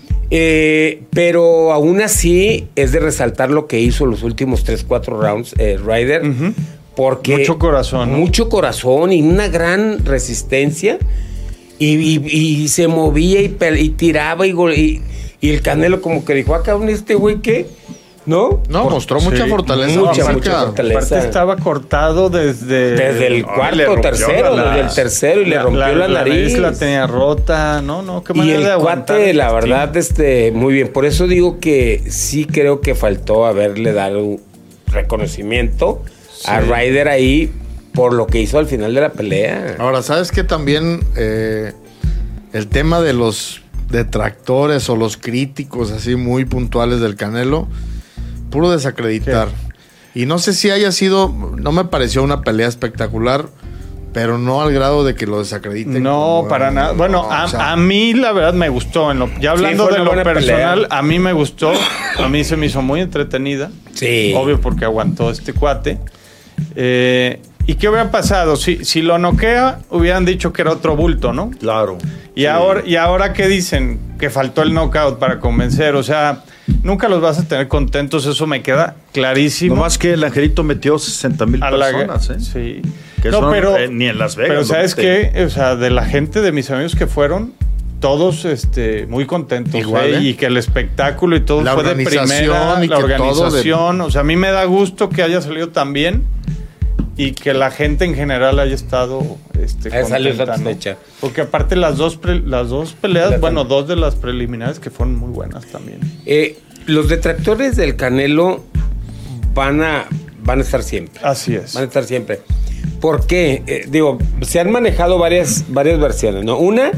Pero aún así es de resaltar lo que hizo los últimos 3-4 rounds Ryder, porque mucho corazón, ¿no? Mucho corazón y una gran resistencia y se movía y tiraba y el Canelo como que dijo, cabrón, este güey, ¿qué? ¿No? Mostró mucha fortaleza. Mucha fortaleza. Aparte estaba cortado desde el cuarto, tercero, y le rompió la nariz. La tenía rota, qué manera y el de aguantar. Cuate, la verdad, muy bien. Por eso digo que sí creo que faltó haberle dado un reconocimiento a Ryder ahí por lo que hizo al final de la pelea. Ahora, ¿sabes qué? También el tema de los detractores o los críticos así muy puntuales del Canelo, puro desacreditar. ¿Qué? Y no sé si haya sido, no me pareció una pelea espectacular, pero no al grado de que lo desacrediten. No, para nada. Bueno, a mí la verdad me gustó. Ya hablando de lo personal, pelea. A mí me gustó. A mí se me hizo muy entretenida. Sí. Obvio porque aguantó este cuate. ¿Y qué hubiera pasado? Si lo noquea, hubieran dicho que era otro bulto, ¿no? Claro. Y ahora ¿qué dicen? Que faltó el knockout para convencer. O sea, nunca los vas a tener contentos, eso me queda clarísimo. No más que el Angelito metió 60,000 personas, ¿eh? Sí. Que no, son, pero ni en Las Vegas. Pero ¿sabes qué? O sea, de la gente, de mis amigos que fueron, todos muy contentos. Igual, Y que el espectáculo y todo la fue de primera. y La que organización. O sea, a mí me da gusto que haya salido tan bien y que la gente en general haya estado salió contenta, satisfecha. ¿no? Porque aparte las dos peleas, bueno, dos de las preliminares que fueron muy buenas también. Los detractores del Canelo van a estar siempre. Así es. Van a estar siempre. ¿Por qué? Se han manejado varias versiones, ¿no? Una,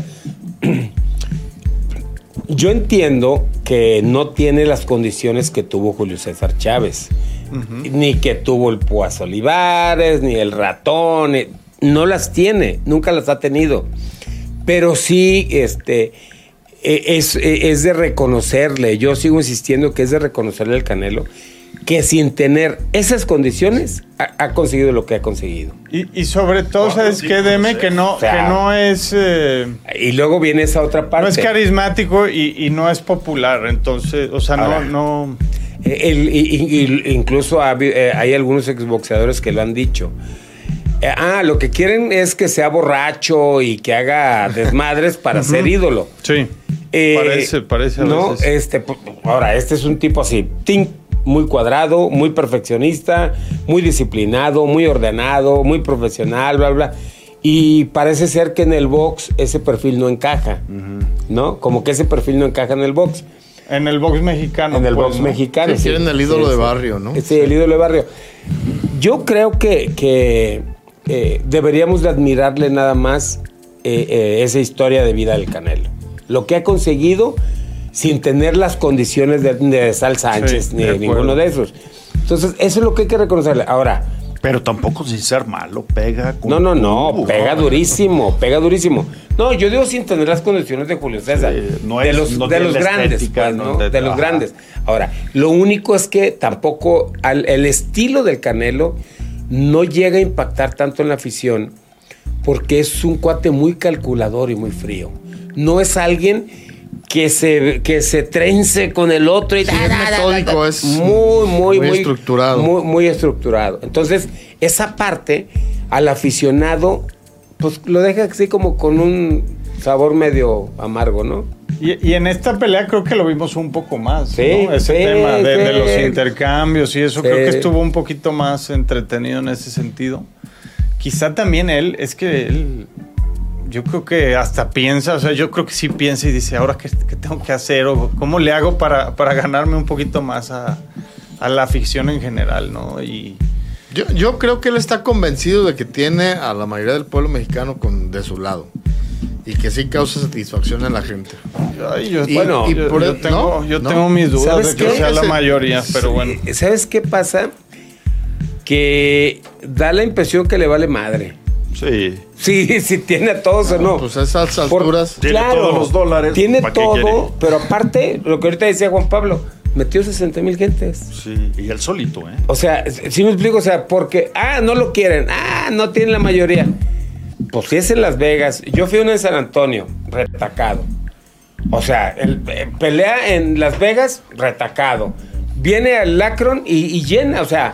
yo entiendo que no tiene las condiciones que tuvo Julio César Chávez, ni que tuvo el Púas Olivares, ni el Ratón, no las tiene, nunca las ha tenido. Pero sí, es de reconocerle, yo sigo insistiendo que es de reconocerle al Canelo, que sin tener esas condiciones ha conseguido lo que ha conseguido. Y sobre todo, ¿sabes qué, Deme? Que no es... y luego viene esa otra parte. No es carismático y no es popular, entonces, o sea, ahora, no... Incluso hay algunos exboxeadores que lo han dicho. Lo que quieren es que sea borracho y que haga desmadres para ser ídolo. Sí, parece a ¿no? veces. Ahora, este es un tipo así, muy cuadrado, muy perfeccionista, muy disciplinado, muy ordenado, muy profesional, bla, bla. Y parece ser que en el box ese perfil no encaja, ¿no? Como que ese perfil no encaja en el box. En el box mexicano. En el box mexicano. Sí, quieren el ídolo de barrio, ¿no? Sí, el ídolo de barrio. Yo creo que deberíamos de admirarle nada más esa historia de vida del Canelo. Lo que ha conseguido sin tener las condiciones de Sal Sánchez ni de ninguno de esos. Entonces, eso es lo que hay que reconocerle. Ahora... Pero tampoco sin ser malo, pega. No, pega durísimo, pega durísimo. No, yo digo sin tener las condiciones de Julio César. Sí, de los grandes, pues, ¿no? De los grandes. Ahora, lo único es que tampoco el estilo del Canelo no llega a impactar tanto en la afición porque es un cuate muy calculador y muy frío. No es alguien que se trence con el otro y es metódico, es muy estructurado. Muy estructurado. Entonces, esa parte al aficionado pues lo deja así como con un sabor medio amargo, ¿no? Y en esta pelea creo que lo vimos un poco más, sí, ¿no? Ese tema de los intercambios y eso, creo que estuvo un poquito más entretenido en ese sentido. Quizá también él, yo creo que hasta piensa, o sea, yo creo que sí piensa y dice, ¿ahora qué tengo que hacer? ¿O cómo le hago para ganarme un poquito más a la afición en general, ¿no? Y yo creo que él está convencido de que tiene a la mayoría del pueblo mexicano de su lado. Y que sí causa satisfacción en la gente. Yo tengo mis dudas de que sea la mayoría, pero bueno. ¿Sabes qué pasa? Que da la impresión que le vale madre. Sí, tiene a todos o no. Pues a esas alturas. Tiene todos los dólares. Tiene todo, pero aparte, lo que ahorita decía Juan Pablo, metió 60,000 gentes. Sí, y él solito, ¿eh? O sea, sí me explico, o sea, porque, no lo quieren, no tienen la mayoría. Pues si es en Las Vegas, yo fui uno en San Antonio, retacado. O sea, pelea en Las Vegas, retacado. Viene al Akron y llena, o sea...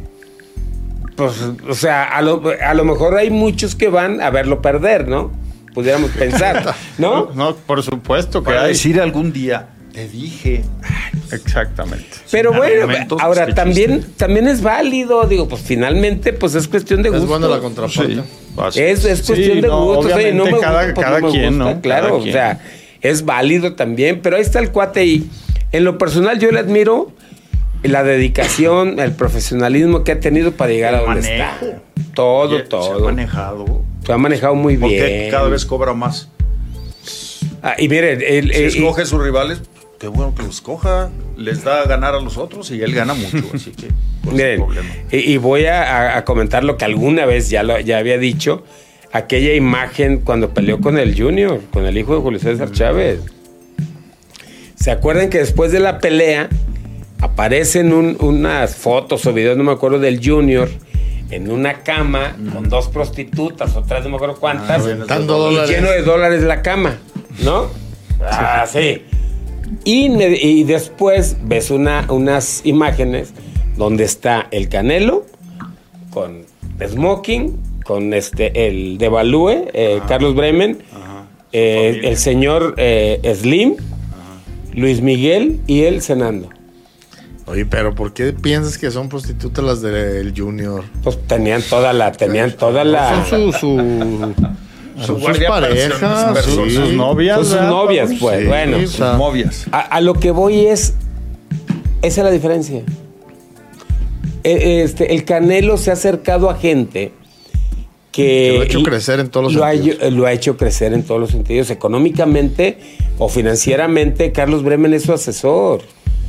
Pues, o sea, a lo mejor hay muchos que van a verlo perder, ¿no? Pudiéramos pensar, ¿no? No, por supuesto que para hay. decir algún día, te dije. Exactamente. Pero bueno, ahora también es válido, digo, pues finalmente, pues es cuestión de gusto. Es buena la contraparte. Sí, es cuestión de gusto. O sea, no me gusta, cada no me quien, gusta, ¿no? Claro, Cada o quien. sea, es válido también, pero ahí está el cuate y en lo personal yo le admiro la dedicación, el profesionalismo que ha tenido para llegar a donde está. Todo. Se ha manejado muy bien. Porque cada vez cobra más. Y miren, si escoge sus rivales, qué bueno que los escoja. Les da a ganar a los otros y él gana mucho. Así que, miren, y voy a comentar lo que alguna vez ya había dicho. Aquella imagen cuando peleó con el Junior, con el hijo de Julio César Chávez. ¿Se acuerdan que después de la pelea aparecen unas fotos o videos, no me acuerdo, del Junior en una cama con 2 prostitutas o 3, no me acuerdo cuántas, $20 y lleno de dólares la cama, ¿no? Sí. Y después ves unas imágenes donde está el Canelo con smoking, con el Devalúe, Carlos Bremen, el señor Slim, Luis Miguel y él cenando. Oye, pero ¿por qué piensas que son prostitutas las del Junior? Pues tenían toda la Son sus parejas, sus novias. Son sus novias, pues. Sí, bueno, o sea, Movias. a lo que voy esa es la diferencia. El Canelo se ha acercado a gente que lo ha hecho crecer en todos los sentidos. Lo ha hecho crecer en todos los sentidos. Económicamente o financieramente, Carlos Bremen es su asesor.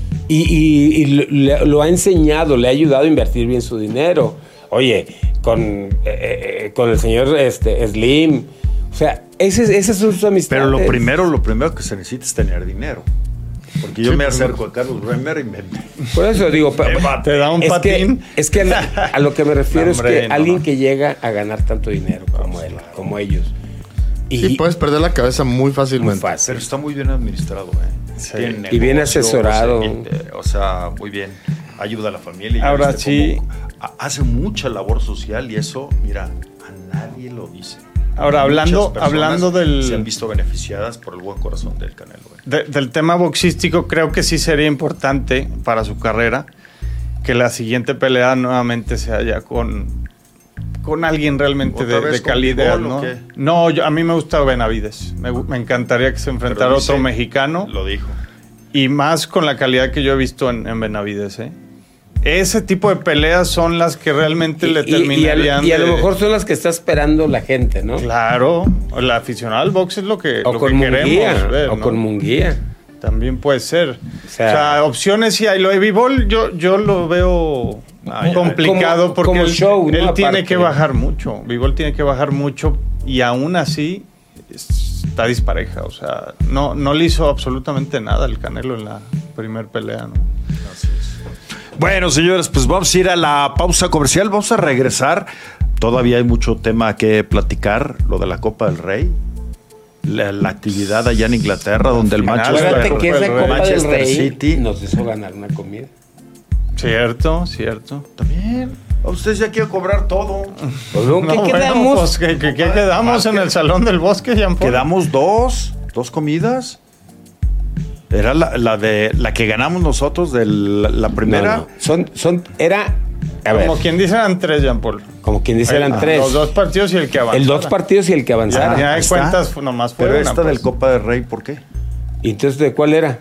Y lo ha enseñado, le ha ayudado a invertir bien su dinero. Oye, con el señor Slim. O sea, esas son sus amistades. Pero lo primero que se necesita es tener dinero. Porque yo me acerco a Carlos Bremer y me... Por eso digo, te da un patín. Es que a lo que me refiero No, hombre, es que alguien que llega a ganar tanto dinero como él, como ellos. Sí, puedes perder la cabeza muy fácilmente. Muy fácil. Pero está muy bien administrado, Sí. Tiene Y bien negocios, asesorado. O sea, muy bien. Ayuda a la familia. Ahora sí. Hace mucha labor social y eso, mira, a nadie lo dice. Ahora, Muchas personas hablando del... se han visto beneficiadas por el buen corazón del Canelo. Del tema boxístico, creo que sí sería importante para su carrera que la siguiente pelea nuevamente sea ya con alguien realmente ¿Otra vez de con calidad, Bivol, ¿no? o qué? No, a mí me gusta Benavides. Me encantaría que se enfrentara Pero otro dice- mexicano Lo dijo. y más con la calidad que yo he visto en Benavides, ¿eh? Ese tipo de peleas son las que realmente le terminarían y a lo de- mejor son las que está esperando la gente, ¿no? Claro, el aficionado al box es lo que O con queremos Munguía. ver, O ¿no? con Munguía. También puede ser. O sea, Opciones sí hay. Lo de Bivol yo lo veo complicado porque como él, show, ¿no? él tiene Aparte. que bajar mucho. Bivol tiene que bajar mucho y aún así está dispareja. O sea, no le hizo absolutamente nada el Canelo en la primer pelea, ¿no? Bueno, señores, pues vamos a ir a la pausa comercial. Vamos a regresar. Todavía hay mucho tema que platicar. Lo de la Copa del Rey. La actividad allá en Inglaterra, donde el Manchester, Acuérdate que esa Copa del Manchester Rey City. nos hizo ganar una comida. Cierto. También. Ustedes ya quieren cobrar todo. Pues, ¿qué No, quedamos? Pues, ¿qué quedamos en el Salón del Bosque, Jean-Paul? Quedamos dos comidas. Era la que ganamos nosotros de la primera. No. Era. A ver, Como quien dice eran 3, Jean-Paul. como quien dice, eran 3. Los 2 partidos y el que avanzara. El 2 partidos y el que avanzara. Ya Ahí de está. cuentas nomás fue Pero una, esta pues. del Copa del Rey, ¿por qué? ¿Y entonces de cuál era?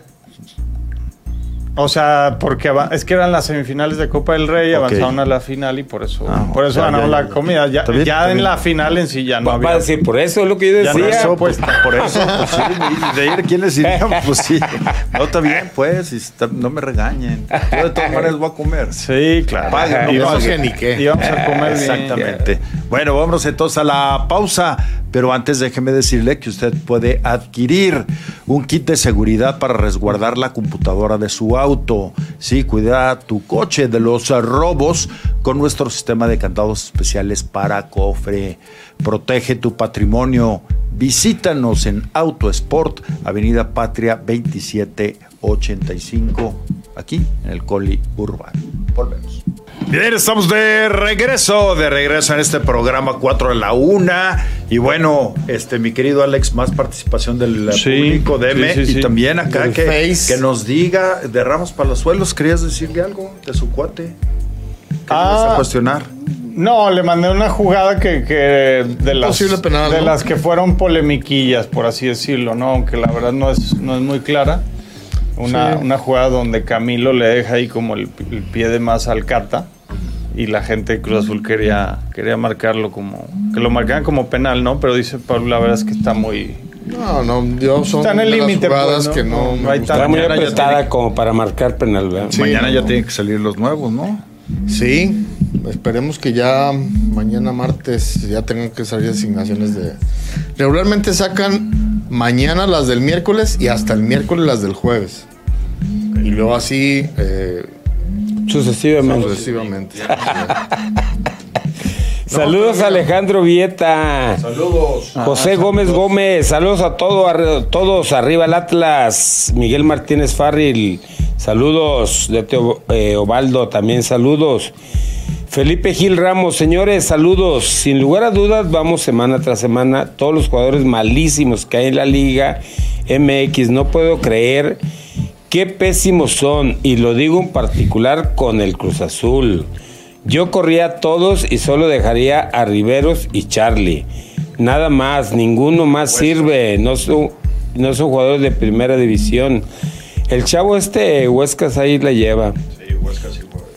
O sea, porque es que eran las semifinales de Copa del Rey, Ok. avanzaron a la final y por eso ya, ganamos ya, la ya. comida. Ya, Está bien, ya está en bien. la final en sí ya no Va había. a decir, por eso es lo que yo Ya no decía. eso, Pues, por eso, pues sí. ¿Y de ir quiénes irían? Pues sí. No, está bien, pues. No me regañen. Yo de todas maneras voy a comer. Sí, claro. Pague, no Íbamos- pague ni qué. Íbamos a comer bien. Exactamente. Bueno, vámonos entonces a la pausa. Pero antes déjeme decirle que usted puede adquirir un kit de seguridad para resguardar la computadora de su auto. Sí, cuida tu coche de los robos con nuestro sistema de candados especiales para cofre. Protege tu patrimonio. Visítanos en Autosport, Avenida Patria 2785, aquí en el Coli Urbano. Volvemos. Bien, estamos de regreso en este programa 4 a la 1. Y bueno, mi querido Alex, más participación del Sí, público, deme. sí, sí, y sí. también acá Del que Face. nos diga de Ramos Palazuelos, ¿querías decirle algo de su cuate? ¿Qué le vas a cuestionar? No, le mandé una jugada que de las Posible penal, de ¿no? las que fueron polemiquillas, por así decirlo, ¿no? Aunque la verdad no es muy clara. Una jugada donde Camilo le deja ahí como el pie de más al Cata y la gente de Cruz Azul quería marcarlo como que lo marcaran como penal, ¿no? Pero dice Pablo, la verdad es que está muy No, yo son Está en el de las límite, jugadas pues, ¿no? que no No me hay gustan. Está muy Mañana ya apretada tiene- como para marcar penal, ¿verdad? Sí, Mañana ya no. tienen que salir los nuevos, ¿no? Sí, esperemos que ya mañana martes ya tengan que salir asignaciones de... Regularmente sacan mañana las del miércoles y hasta el miércoles las del jueves. Y luego así Sucesivamente. sucesivamente. Saludos a Alejandro Vieta. Saludos. José Gómez. Saludos a todos. Arriba el Atlas. Miguel Martínez Farril. Saludos. De Ovaldo también saludos. Felipe Gil Ramos, señores, saludos. Sin lugar a dudas, vamos semana tras semana. Todos los jugadores malísimos que hay en la Liga MX. No puedo creer qué pésimos son. Y lo digo en particular con el Cruz Azul. Yo corría a todos y solo dejaría a Riveros y Charlie. Nada más, ninguno más sirve. No son jugadores de primera división. El chavo Huescas ahí la lleva. Sí, Huescas sí juega.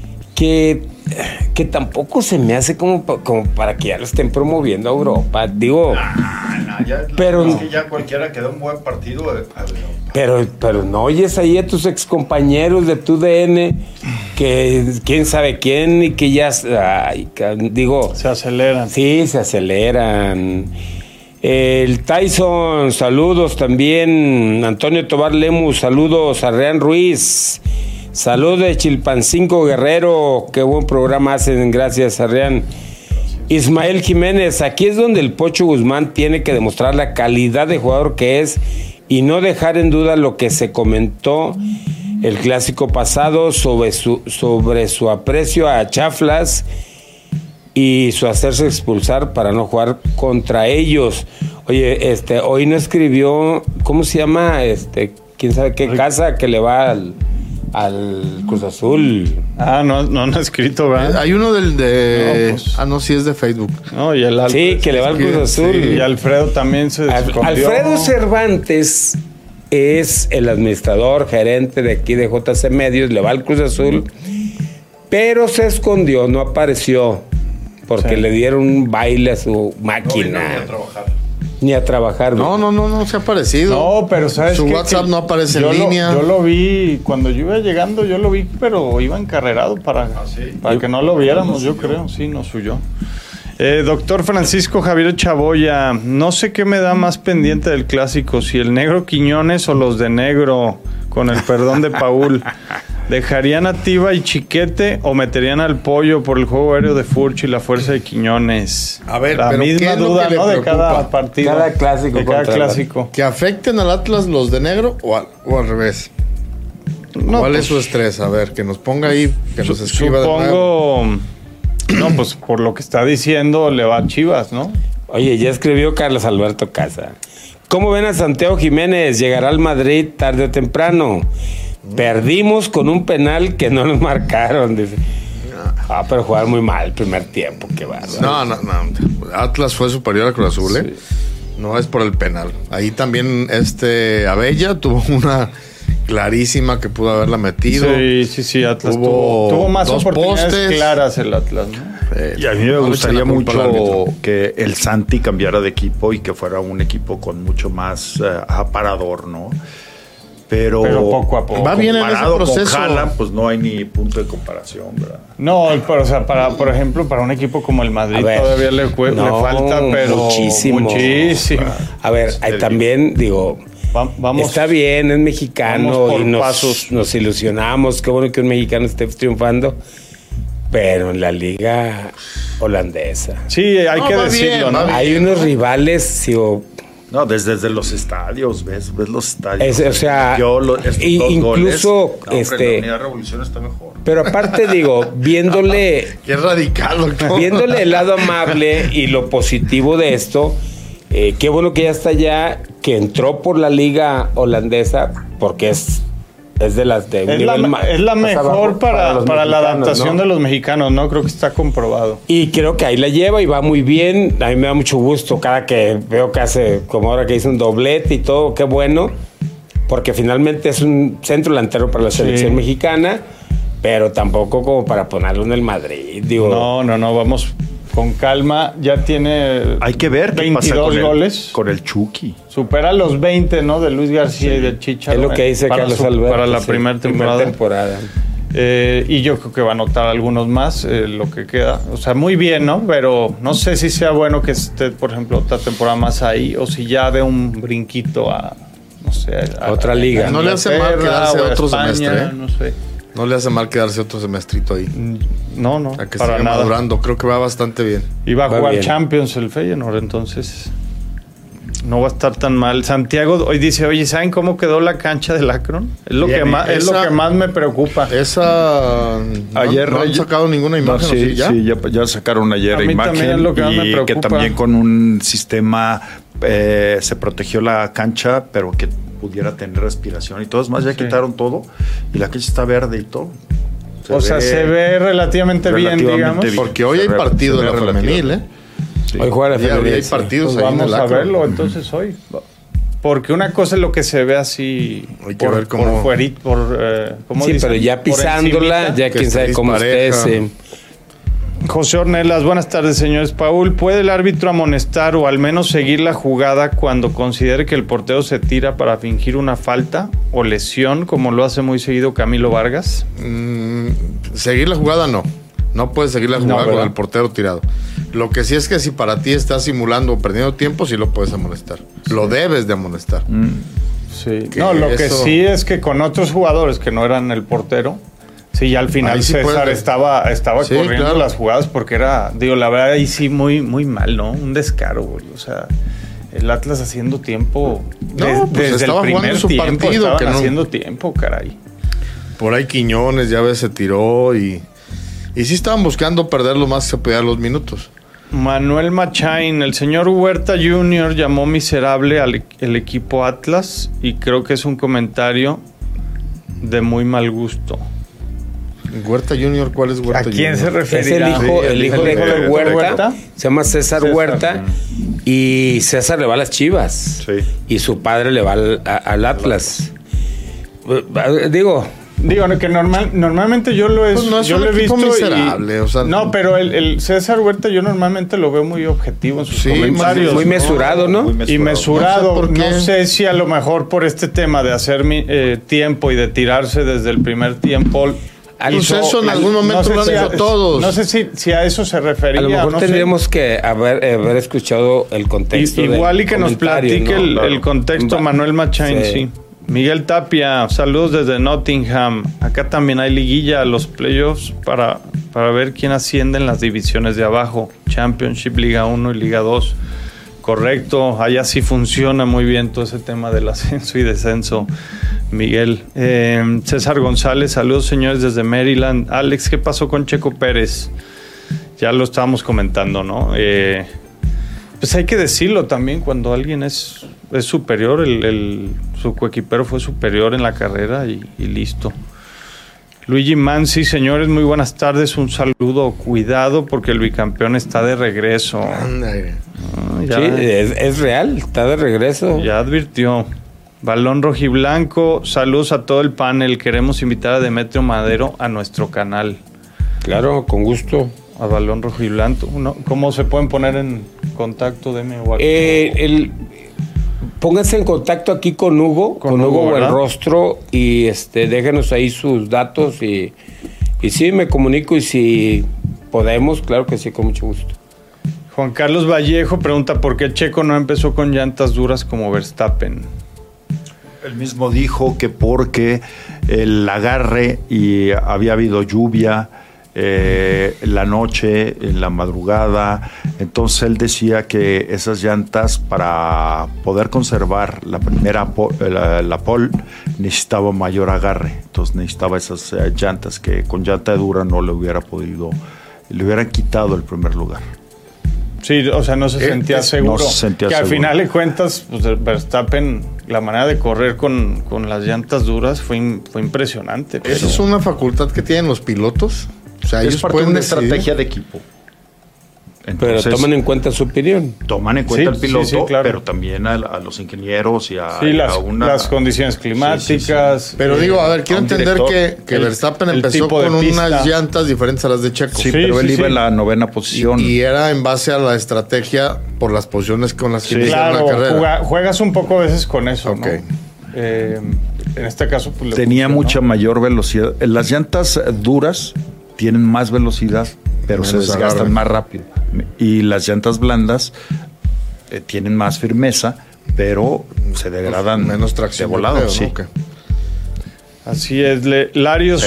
Que tampoco se me hace como para que ya lo estén promoviendo a Europa. Digo, pero es que ya cualquiera que da un buen partido. Pero no oyes ahí a tus excompañeros de tu DN que quién sabe quién y que ya digo, se aceleran. Sí, se aceleran. El Tyson, saludos también. Antonio Tobar Lemus, saludos. Arreán Ruiz, saludos de Chilpancingo Guerrero. Qué buen programa hacen, gracias Arreán. Ismael Jiménez, aquí es donde el Pocho Guzmán tiene que demostrar la calidad de jugador que es y no dejar en duda lo que se comentó el clásico pasado sobre su aprecio a Chaflas y su hacerse expulsar para no jugar contra ellos. Oye, hoy no escribió, ¿cómo se llama? ¿Quién sabe qué casa que le va al Cruz Azul? No ha escrito, ¿verdad? Hay uno de... No, pues. Sí, es de Facebook. No, y el sí, que le va al Cruz Azul. Sí, y Alfredo también se escondió. Alfredo Cervantes es el administrador, gerente de aquí de JC Medios, le va al Cruz Azul, pero se escondió, no apareció, porque le dieron un baile a su máquina. Ni a trabajar. No se ha aparecido. No, pero ¿sabes su qué? WhatsApp no aparece en línea. Yo lo vi, cuando yo iba llegando, pero iba encarrerado para que no lo viéramos, yo creo. Sí, nos huyó. Doctor Francisco Javier Chaboya, no sé qué me da más pendiente del clásico, si el negro Quiñones o los de negro, con el perdón de Paul. ¿Dejarían a Tiva y Chiquete o meterían al Pollo por el juego aéreo de Furch y la fuerza de Quiñones? A ver, la pero misma ¿qué es duda, lo que ¿no? le De cada partido. Cada clásico. De cada clásico. ¿Que afecten al Atlas los de negro o al revés? No, ¿Cuál pues, es su estrés? A ver, que nos ponga ahí, que nos escriba de nuevo. Supongo... No, pues por lo que está diciendo le va a Chivas, ¿no? Oye, ya escribió Carlos Alberto Casa. ¿Cómo ven a Santiago Jiménez? Llegará al Madrid tarde o temprano. Perdimos con un penal que no nos marcaron. Dice. Pero jugar muy mal el primer tiempo. Qué bárbaro. No. Atlas fue superior a Cruz Azul, ¿eh? Sí. No es por el penal. Ahí también Abella tuvo una clarísima que pudo haberla metido. Sí. Atlas tuvo más oportunidades claras el Atlas, ¿no? Y a mí me gustaría mucho que el Santi cambiara de equipo y que fuera un equipo con mucho más aparador, ¿no? Pero poco a poco. Va bien en ese proceso. Con Haaland, pues no hay ni punto de comparación, ¿verdad? No, pero, o sea, por ejemplo, para un equipo como el Madrid todavía le falta, pero muchísimo. A ver, también digo, vamos, está bien, es mexicano y nos ilusionamos, qué bueno que un mexicano esté triunfando, pero en la liga holandesa. Sí, hay que decirlo, ¿no? Hay unos rivales, digo. No, desde los estadios, ves los estadios. O sea, incluso goles, la Unidad Revolución está mejor. Pero aparte digo, viéndole qué radical, doctor. Viéndole el lado amable y lo positivo de esto, qué bueno que ya está allá, que entró por la liga holandesa, porque es de las de es la mejor para la adaptación, ¿no? De los mexicanos, ¿no? Creo que está comprobado. Y creo que ahí la lleva y va muy bien. A mí me da mucho gusto cada que veo que hace, como ahora que hizo un doblete y todo, qué bueno, porque finalmente es un centro delantero para la selección mexicana, pero tampoco como para ponerlo en el Madrid. Digo, no, vamos con calma. Ya tiene hay que ver 22 goles con el Chucky. Supera los 20, ¿no? De Luis García y de Chicharo. Es lo que dice Carlos Alberto. Para la primera temporada. Y yo creo que va a anotar algunos más, lo que queda. O sea, muy bien, ¿no? Pero no sé si sea bueno que esté, por ejemplo, otra temporada más ahí, o si ya dé un brinquito a, no sé, a otra liga. No le hace mal quedarse otro España, semestre, ¿eh? No sé. No le hace mal quedarse otro semestrito ahí. No, A que para siga nada. madurando. Creo que va bastante bien. Y va a jugar bien. Champions el Feyenoord, entonces no va a estar tan mal. Santiago hoy dice, oye, ¿saben cómo quedó la cancha del Akron? Es lo, Bien, que, más, es lo esa- que más me preocupa. Esa... Ayer no han sacado ninguna imagen. No, sí, ¿o ¿Ya? sí, ya sacaron ayer A mí imagen también es lo que más me y preocupa. que también con un sistema se protegió la cancha, pero que pudiera tener respiración y todo. Es más, ya Sí. quitaron todo y la cancha está verde y todo. Se ve relativamente bien, digamos. bien. Porque hoy Se hay ve- partido se de la ve femenil, ¿eh? Sí. Hoy juega la Ya femenil, hay sí. partidos Pues ahí en vamos el a Akron. verlo entonces hoy. Porque una cosa es lo que se ve así Hay que ver cómo- por fuerita, ¿cómo Sí, dicen? pero ya Por pisándola, encimita. ya que quién sabe esté cómo esté. dispareja. Sí. José Ornelas, buenas tardes, señores. Paul, ¿puede el árbitro amonestar o al menos seguir la jugada cuando considere que el portero se tira para fingir una falta o lesión, como lo hace muy seguido Camilo Vargas? Seguir la jugada no. No puedes seguir la jugada con ¿verdad? el portero tirado. Lo que sí es que si para ti estás simulando o perdiendo tiempo, sí lo puedes amonestar. Lo debes de amonestar. Sí. Que No, lo que eso- sí es que con otros jugadores que no eran el portero, sí, ya al final Ahí sí César puede. estaba Sí, corriendo claro. las jugadas porque era, digo, la verdad ahí sí muy, muy mal, ¿no? Un descaro, güey. O sea, el Atlas haciendo tiempo No, pues desde estaba el primer jugando su tiempo partido, estaban que no- haciendo tiempo, caray. Por ahí Quiñones ya ves se tiró y sí estaban buscando perder lo más que se podía los minutos. Manuel Machain, el señor Huerta Jr. llamó miserable al el equipo Atlas y creo que es un comentario de muy mal gusto. Huerta Junior, ¿cuál es Huerta ¿A quién se Junior? refiere? Es el hijo, Sí, el hijo de Héctor Huerta, se llama César Huerta, y César le va a las Chivas. Sí. Y su padre le va al Atlas. Digo, Digo, que normalmente yo lo he, Pues no es yo un lo he equipo visto miserable, o sea, no, pero el César Huerta yo normalmente lo veo muy objetivo en sus Sí, comentarios. muy mesurado, ¿no? Muy Y mesurado. No sé por qué. No sé si a lo mejor por este tema de hacer tiempo y de tirarse desde el primer tiempo. Pues eso en algún momento sé lo han si hecho todos. No sé si a eso se refería. a lo mejor no sé. tendríamos que haber escuchado el contexto. Igual del y que nos comentario, platique ¿no? el contexto Va. Manuel Machain, sí. Miguel Tapia, saludos desde Nottingham. Acá también hay liguilla, los playoffs para ver quién asciende en las divisiones de abajo. Championship, Liga 1 y Liga 2. Correcto, allá sí funciona muy bien todo ese tema del ascenso y descenso, Miguel. César González, saludos señores desde Maryland. Alex, ¿qué pasó con Checo Pérez? Ya lo estábamos comentando, ¿no? Pues hay que decirlo también, cuando alguien es superior, su coequipero fue superior en la carrera y listo. Luigi Mansi, señores, muy buenas tardes, un saludo, cuidado porque el bicampeón está de regreso. Ándale. Ya, Sí, es real, está de regreso. ya advirtió. Balón rojiblanco, saludos a todo el panel, queremos invitar a Demetrio Madero a nuestro canal. Claro, con gusto. A Balón rojiblanco, ¿no? ¿Cómo se pueden poner en contacto, Deme? Pónganse en contacto aquí con Hugo, con Hugo ¿verdad? Buenrostro, y déjenos ahí sus datos y sí, me comunico, y si podemos, claro que sí, con mucho gusto. Juan Carlos Vallejo pregunta por qué Checo no empezó con llantas duras como Verstappen. Él mismo dijo que porque el agarre y había habido lluvia en la noche, en la madrugada, entonces él decía que esas llantas para poder conservar la primera la pole necesitaba mayor agarre, entonces necesitaba esas llantas que con llanta dura no le hubiera podido, le hubieran quitado el primer lugar. Sí, o sea, no se sentía seguro. no se sentía que al seguro. final de cuentas, pues Verstappen, la manera de correr con las llantas duras fue impresionante. Esa es una facultad que tienen los pilotos. O sea, Es ellos parte de pueden una decidir. estrategia de equipo. Pero Entonces, tomen en cuenta su opinión. toman en cuenta Sí, al piloto, sí, sí, claro. pero también a los ingenieros y a, Sí, y las, a una... las condiciones climáticas. Pero digo, a ver, quiero a un entender director, que el- Verstappen el empezó tipo de con pista. unas llantas diferentes a las de Checo. Sí, Sí, pero él sí, iba sí. en la novena posición. Y era en base a la estrategia por las posiciones con las que Sí. iniciaron Claro, la carrera. juegas un poco a veces con eso, Ok. ¿no? En este caso, pues le Tenía funcionó. mucha mayor velocidad. Las llantas duras tienen más velocidad, pero se Menos desgastan agarre. más rápido. Y las llantas blandas tienen más firmeza, pero se degradan Menos tracción. de volado. yo creo, sí. ¿no? Ok. Así es. Larios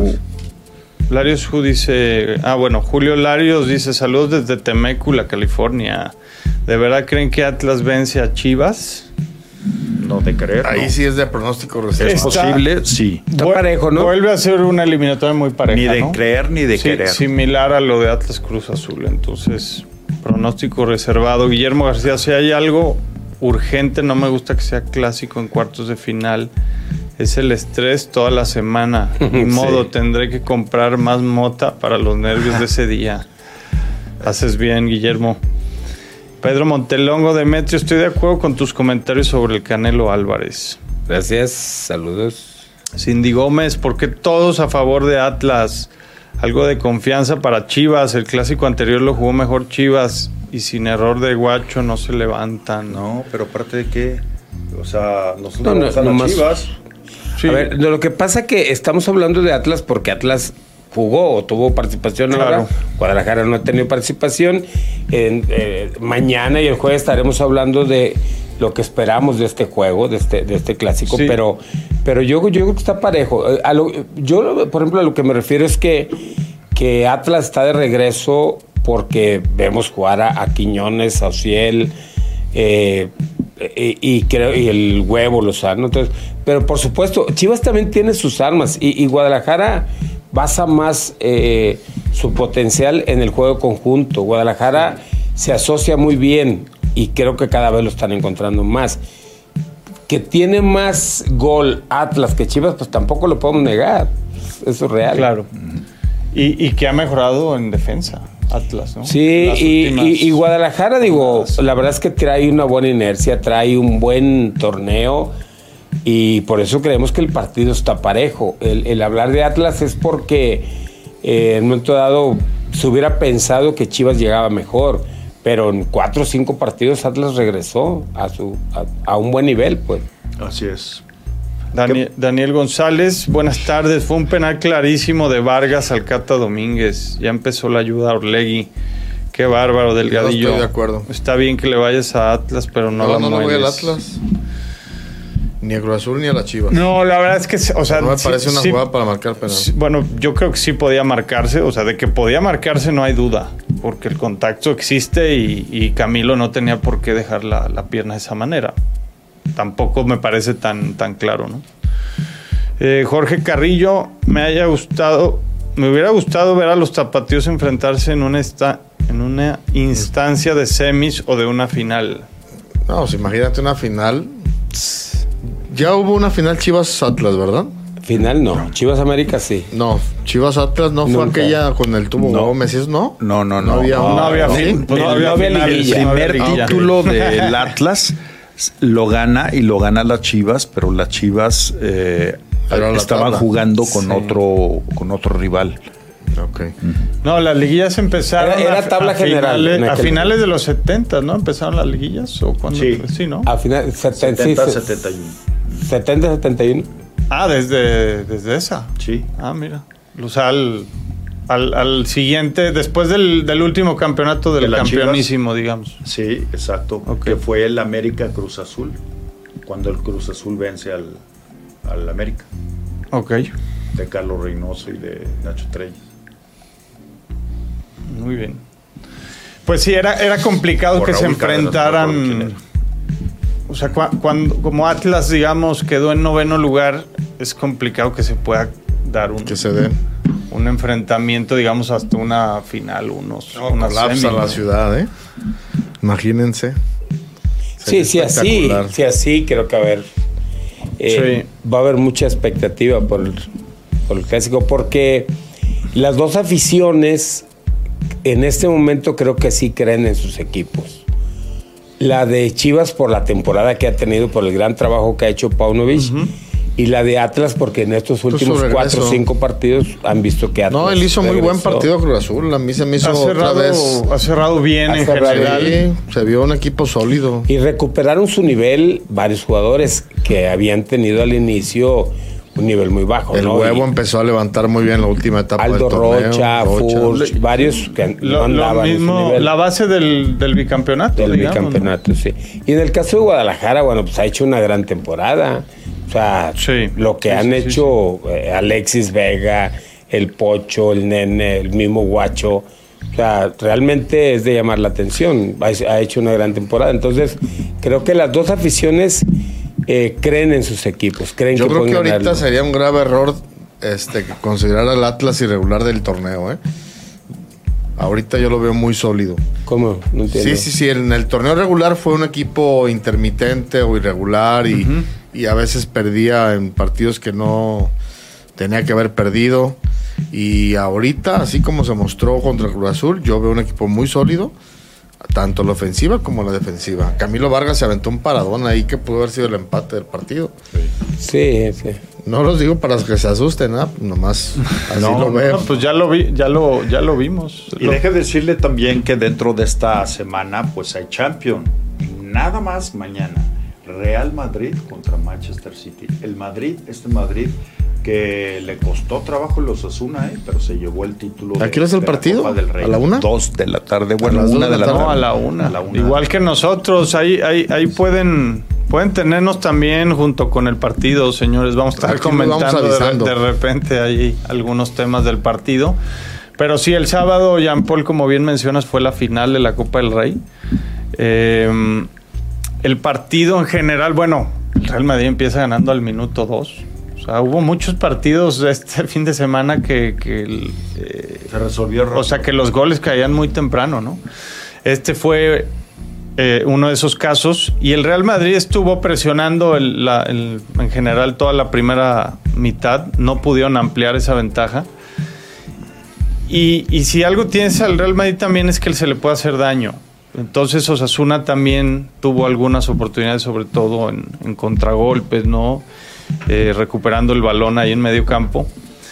Hu dice... Julio Larios dice, saludos desde Temecula, California. ¿De verdad creen que Atlas vence a Chivas? No de creer. Ahí no. sí es de pronóstico reservado. ¿Es posible? Sí. Está parejo, ¿no? Vuelve a ser una eliminatoria muy pareja, Ni de ¿no? creer ni de querer. Similar a lo de Atlas Cruz Azul. Entonces, pronóstico reservado. Guillermo García, si hay algo urgente, no me gusta que sea clásico en cuartos de final. Es el estrés toda la semana. Ni modo, tendré que comprar más mota para los nervios de ese día. Haces bien, Guillermo. Pedro Montelongo, Demetrio, estoy de acuerdo con tus comentarios sobre el Canelo Álvarez. Gracias, saludos. Cindy Gómez, ¿por qué todos a favor de Atlas? Algo de confianza para Chivas. El clásico anterior lo jugó mejor Chivas y sin error de Guacho no se levantan. No, pero aparte de que, o sea, nosotros No, vamos a las nomás- Chivas. Sí. A ver, lo que pasa es que estamos hablando de Atlas porque Atlas jugó o tuvo participación Claro. ahora. Guadalajara no ha tenido participación. Mañana y el jueves estaremos hablando de lo que esperamos de este juego, de este clásico, Sí. pero yo creo que está parejo. Yo, por ejemplo, a lo que me refiero es que Atlas está de regreso porque vemos jugar a Quiñones, a Ociel, y el Huevo Lozano. Entonces, pero por supuesto, Chivas también tiene sus armas y Guadalajara basa más su potencial en el juego conjunto. Guadalajara se asocia muy bien y creo que cada vez lo están encontrando más. Que tiene más gol Atlas que Chivas, pues tampoco lo podemos negar. Eso es real. Claro. Y que ha mejorado en defensa Atlas, ¿no? Sí, Las y últimas Guadalajara, digo, jornadas. la verdad es que trae una buena inercia, trae un buen torneo y por eso creemos que el partido está parejo. El hablar de Atlas es porque en un momento dado se hubiera pensado que Chivas llegaba mejor, pero en 4 o 5 partidos Atlas regresó a un buen nivel, pues. Así es. Daniel González, buenas tardes. Fue un penal clarísimo de Vargas al Cata Domínguez. Ya empezó la ayuda a Orlegui. Qué bárbaro, Delgadillo. No estoy de acuerdo. Está bien que le vayas a Atlas, pero no la No mueles. voy al Atlas. Ni a Cruz Azul ni a las Chivas. No, la verdad es que, o sea, No me sí- parece una sí- jugada para marcar penal. sí, bueno, yo creo que sí podía marcarse, o sea, de que podía marcarse no hay duda, porque el contacto existe y Camilo no tenía por qué dejar la pierna de esa manera. Tampoco me parece tan claro, ¿no? Jorge Carrillo, me hubiera gustado ver a los tapatíos enfrentarse en una instancia de semis o de una final. No, pues imagínate una final. Ya hubo una final Chivas-Atlas, ¿verdad? Final no, Chivas América sí. No, Chivas-Atlas no fue Nunca. aquella con el tubo No. Gómez, ¿eso no? No. había No había ¿no? fin, pues no El- había no había finales, liguilla. no había El primer liguilla. título del Atlas lo gana las Chivas, pero las Chivas Era la estaban tabla. jugando con Sí. otro rival. Ok. No, las liguillas empezaron Era tabla general en a aquel finales de los 70, ¿no? Empezaron las liguillas o cuando Sí. ¿no? A final 70-71. 70-71. Ah, desde esa. Sí. Ah, mira. O sea, al siguiente, después del último campeonato del ¿De las campeonísimo, digamos. Sí, exacto. Ok. Que fue el América Cruz Azul, cuando el Cruz Azul vence al América, Ok, de Carlos Reynoso y de Nacho Treyes. muy bien. Pues sí, era complicado Por que se Raúl Cárdenas, no me acuerdo quién enfrentaran. era. O sea, cuando como Atlas, digamos, quedó en 9º lugar, es complicado que se pueda dar Que se den. un enfrentamiento, digamos, hasta una final, una Colapsa semi, la ¿no? ciudad, ¿eh? Imagínense. Sí, Sería espectacular. sí, así creo que va a haber mucha expectativa por el clásico, porque las dos aficiones en este momento creo que sí creen en sus equipos. La de Chivas por la temporada que ha tenido, por el gran trabajo que ha hecho Paunovic, y la de Atlas porque en estos últimos su 4 o regreso. 5 partidos han visto que Atlas No, él hizo muy buen regresó. partido Cruz Azul. A mí se me hizo otra vez. Ha cerrado bien Ha en cerrado general. bien. Sí, se vio un equipo sólido. Y recuperaron su nivel varios jugadores que habían tenido al inicio un nivel muy bajo. El ¿no? Huevo Y empezó a levantar muy bien la última etapa Aldo del torneo. Rocha, Furch, varios que no Lo andaban en su mismo, nivel la base del bicampeonato, del digamos, ¿no? bicampeonato, sí. Y en el caso de Guadalajara, bueno, pues ha hecho una gran temporada. O sea, lo que han hecho Alexis Vega, el Pocho, el Nene, el mismo Guacho, o sea, realmente es de llamar la atención. Ha hecho una gran temporada. Entonces, creo que las dos aficiones creen en sus equipos. Yo creo que ahorita sería un grave error considerar al Atlas irregular del torneo, Ahorita yo lo veo muy sólido. ¿Cómo? No entiendo. Sí. En el torneo regular fue un equipo intermitente o irregular y a veces perdía en partidos que no tenía que haber perdido. Y ahorita, así como se mostró contra Cruz Azul, yo veo un equipo muy sólido, tanto la ofensiva como la defensiva. Camilo Vargas se aventó un paradón ahí que pudo haber sido el empate del partido. Sí. No los digo para que se asusten, nomás así lo veo. No, pues ya lo vimos. Y deje decirle también que dentro de esta semana pues hay Champions. Nada más mañana. Real Madrid contra Manchester City. Madrid que le costó trabajo los Osasuna, pero se llevó el título. ¿A qué hora es el partido? Del Rey. ¿A la 1? 2 de la tarde. Bueno, a 1 de la tarde. No, a la 1. Igual que nosotros. Ahí pueden tenernos también junto con el partido, señores. Vamos a estar comentando de repente ahí algunos temas del partido. Pero sí, el sábado, Jean-Paul, como bien mencionas, fue la final de la Copa del Rey. El partido en general, bueno, el Real Madrid empieza ganando al minuto 2. O sea, hubo muchos partidos este fin de semana que se resolvió. O sea, que los goles caían muy temprano, ¿no? Este fue uno de esos casos. Y el Real Madrid estuvo presionando en general toda la primera mitad. No pudieron ampliar esa ventaja. Y si algo tienes al Real Madrid también es que se le puede hacer daño. Entonces Osasuna también tuvo algunas oportunidades, sobre todo en contragolpes, ¿no? Recuperando el balón ahí en medio campo.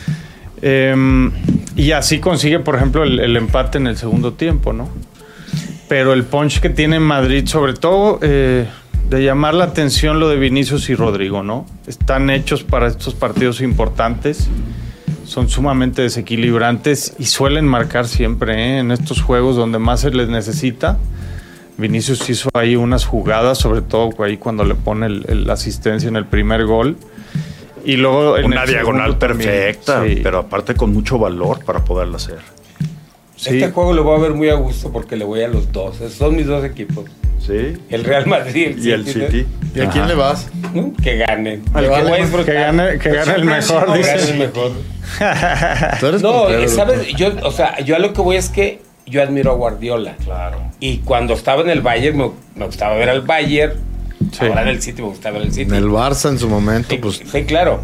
Y así consigue, por ejemplo, el empate en el segundo tiempo, ¿no? Pero el punch que tiene Madrid, sobre todo, de llamar la atención lo de Vinicius y Rodrigo, ¿no? Están hechos para estos partidos importantes. Son sumamente desequilibrantes y suelen marcar siempre, en estos juegos donde más se les necesita. Vinicius hizo ahí unas jugadas, sobre todo ahí cuando le pone la asistencia en el primer gol. Y luego en una diagonal perfecta, sí. Pero aparte con mucho valor para poderla hacer. Sí. Este juego lo voy a ver muy a gusto porque le voy a los dos. Son mis dos equipos. Sí. El Real Madrid y el City. ¿Y a quién le vas? Que gane. Que gane el mejor, dice. El mejor. No, ¿sabes? Yo a lo que voy es que yo admiro a Guardiola. Claro. Y cuando estaba en el Bayern me gustaba ver al Bayern. Sí. Ahora en el City me gustaba ver el City. En el Barça en su momento, sí, pues. Sí, claro.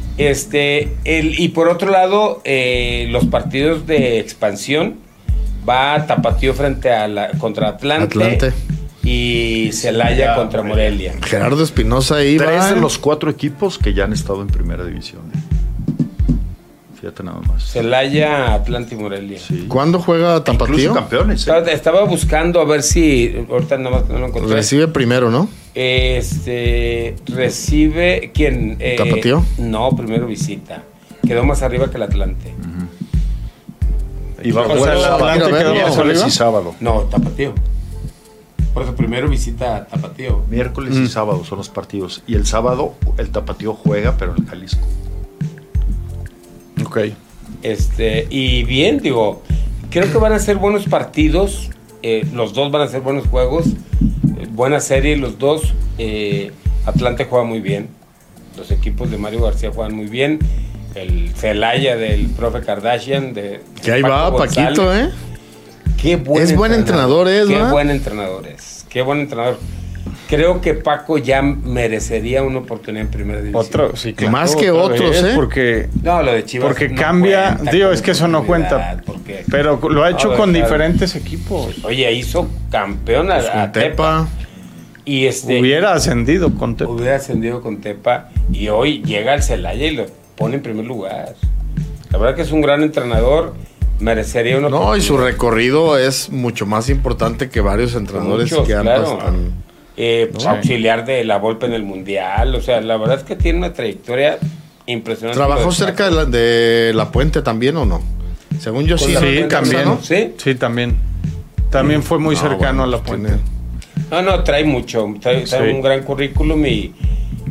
Y por otro lado, los partidos de expansión va Tapatío contra Atlante. Y Celaya contra Morelia. Gerardo Espinosa ahí. 3 de los 4 equipos que ya han estado en primera división. Fíjate nada más. Celaya, Atlante y Morelia. Sí. ¿Cuándo juega Tapatío? Incluso campeones. Estaba buscando a ver si ahorita no lo encontré. Recibe primero, ¿no? Recibe ¿quién? ¿Tapatío? No, primero visita. Quedó más arriba que el Atlante. Y va a jugar el Atlante quedó miércoles y sábado. No, Tapatío. Por eso primero visita a Tapatío. Miércoles y sábado son los partidos. Y el sábado el Tapatío juega, pero en Jalisco. Ok. Y bien, digo, creo que van a ser buenos partidos. Los dos van a ser buenos juegos. Buena serie, los dos. Atlante juega muy bien. Los equipos de Mario García juegan muy bien. El Celaya del profe Kardashian. Que ahí va, González. Paquito, Qué buen es buen entrenador, Qué buen entrenador es. Qué buen entrenador. Creo que Paco ya merecería una oportunidad en primera división. Otro, sí, claro. Más que otros, Porque, no, lo de Chivas porque no cambia. Digo, es que eso no cuenta. Pero lo ha hecho con diferentes equipos. Oye, hizo campeón a Tepa. Y hubiera ascendido con Tepa. Hubiera ascendido con Tepa. Y hoy llega al Celaya y lo pone en primer lugar. La verdad que es un gran entrenador. Merecería una oportunidad. Y su recorrido es mucho más importante que varios entrenadores que ambas están. Auxiliar de la Volpe en el Mundial. O sea, la verdad es que tiene una trayectoria impresionante. ¿Trabajó cerca de la Puente también o no? Según yo sí. Sí, también. ¿no? Sí, también. También fue muy cercano a la Puente. No, trae mucho. Trae un gran currículum y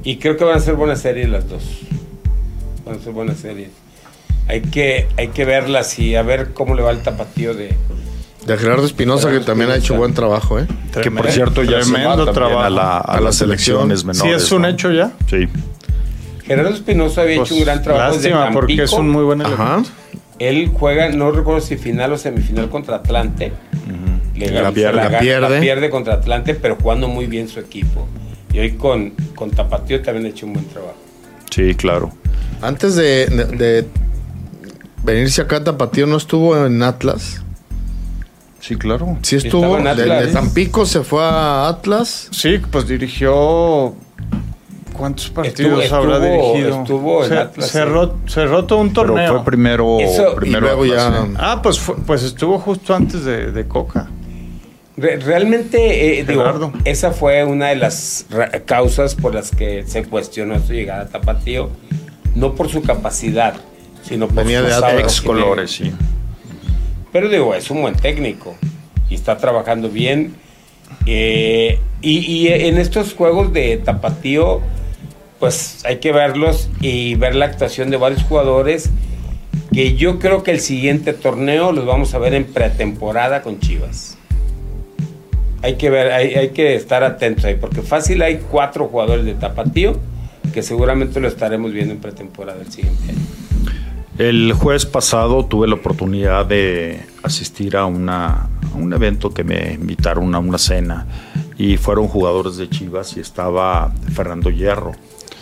Y creo que van a ser buenas series las dos. Van a ser buenas series. Hay que verlas y a ver cómo le va el tapatío de Gerardo Espinosa, que también ha hecho buen trabajo, ¿eh? Que por cierto ya se va también a las selecciones menores. ¿Sí es un hecho ya? Sí. Gerardo Espinosa había hecho un gran trabajo desde Tampico. Porque es un muy buen elemento. Él juega, no recuerdo si final o semifinal contra Atlante. La pierde contra Atlante, pero jugando muy bien su equipo. Y hoy con Tapatío también ha hecho un buen trabajo. Sí, claro. Antes de venirse acá, Tapatío no estuvo en Atlas. Sí, claro. Sí estuvo. De Tampico se fue a Atlas. Sí, pues dirigió... ¿Cuántos partidos habrá dirigido? Estuvo en Atlas. Cerró todo un torneo. Pero fue primero y luego Atlas, ya... Pues estuvo justo antes de Coca. Realmente, esa fue una de las causas por las que se cuestionó su llegada a Tapatío. No por su capacidad, sino por venía de ex colores, sí. Pero es un buen técnico y está trabajando bien. Y en estos juegos de Tapatío, pues hay que verlos y ver la actuación de varios jugadores que yo creo que el siguiente torneo los vamos a ver en pretemporada con Chivas. Hay que ver, hay que estar atentos ahí, porque fácil hay 4 jugadores de Tapatío que seguramente lo estaremos viendo en pretemporada el siguiente año. El jueves pasado tuve la oportunidad de asistir a un evento que me invitaron a una cena y fueron jugadores de Chivas y estaba Fernando Hierro.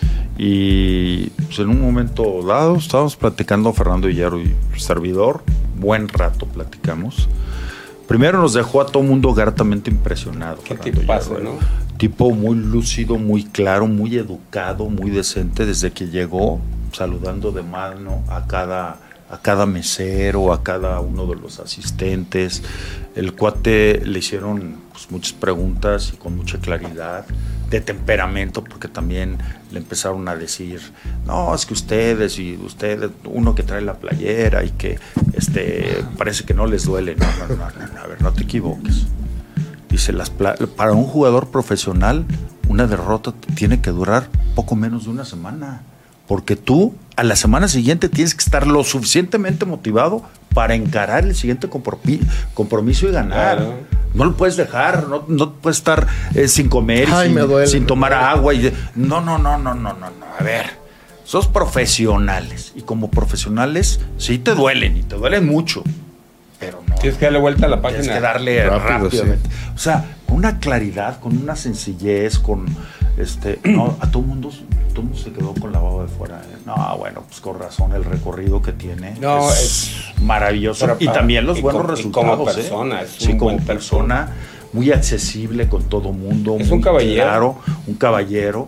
Y pues, en un momento dado estábamos platicando Fernando Hierro y servidor, buen rato platicamos. Primero nos dejó a todo mundo gratamente impresionado. Qué tipazo, ¿no? Tipo muy lúcido, muy claro, muy educado, muy decente desde que llegó, saludando de mano a cada mesero, a cada uno de los asistentes. El cuate le hicieron pues, muchas preguntas y con mucha claridad, de temperamento, porque también le empezaron a decir, no, es que ustedes, uno que trae la playera y que parece que no les duele. No, a ver, no te equivoques. Dice, para un jugador profesional, una derrota tiene que durar poco menos de una semana. Porque tú, a la semana siguiente, tienes que estar lo suficientemente motivado para encarar el siguiente compromiso y ganar. Claro. No lo puedes dejar, no puedes estar sin comer, sin tomar agua. No. A ver, sos profesionales. Y como profesionales, sí te duelen, y te duelen mucho. Pero no. Tienes que darle vuelta a la página. Tienes que darle rápidamente. Sí. O sea, con una claridad, con una sencillez, con no, a todo mundo se quedó con la baba de fuera. No, bueno, pues con razón el recorrido que tiene es maravilloso. Y también los buenos resultados. Como persona, como persona, muy accesible con todo mundo. Es un caballero. Claro, un caballero.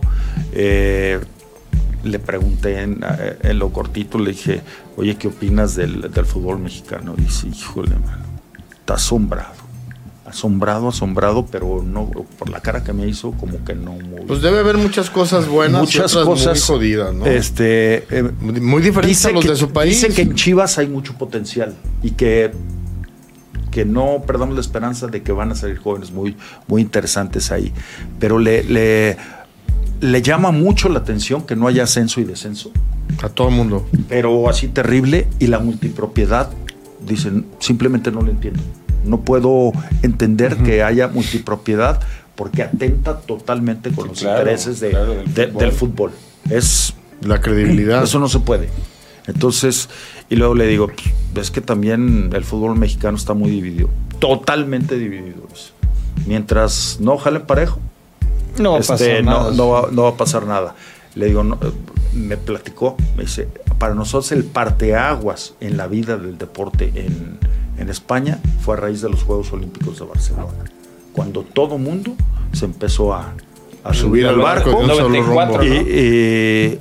Le pregunté en lo cortito, le dije, oye, ¿qué opinas del fútbol mexicano? Y dice, híjole, mano, está asombrado, pero no, por la cara que me hizo, como que no. Pues debe haber muchas cosas buenas, muchas cosas muy jodidas, ¿no? Muy diferentes a los de su país. Dicen que en Chivas hay mucho potencial y que no perdamos la esperanza de que van a salir jóvenes muy, muy interesantes ahí. Pero le llama mucho la atención que no haya ascenso y descenso. A todo el mundo. Pero así terrible, y la multipropiedad, dicen, simplemente no lo entiendo. No puedo entender que haya multipropiedad porque atenta totalmente con los intereses del fútbol. Es la credibilidad. Eso no se puede. Entonces, y luego le digo, ves que también el fútbol mexicano está muy dividido, totalmente dividido. Mientras no jalen parejo, no va a pasar nada. Le digo, me platicó, me dice, para nosotros el parteaguas en la vida del deporte en España fue a raíz de los Juegos Olímpicos de Barcelona, cuando todo mundo se empezó a subir al barco. 94, y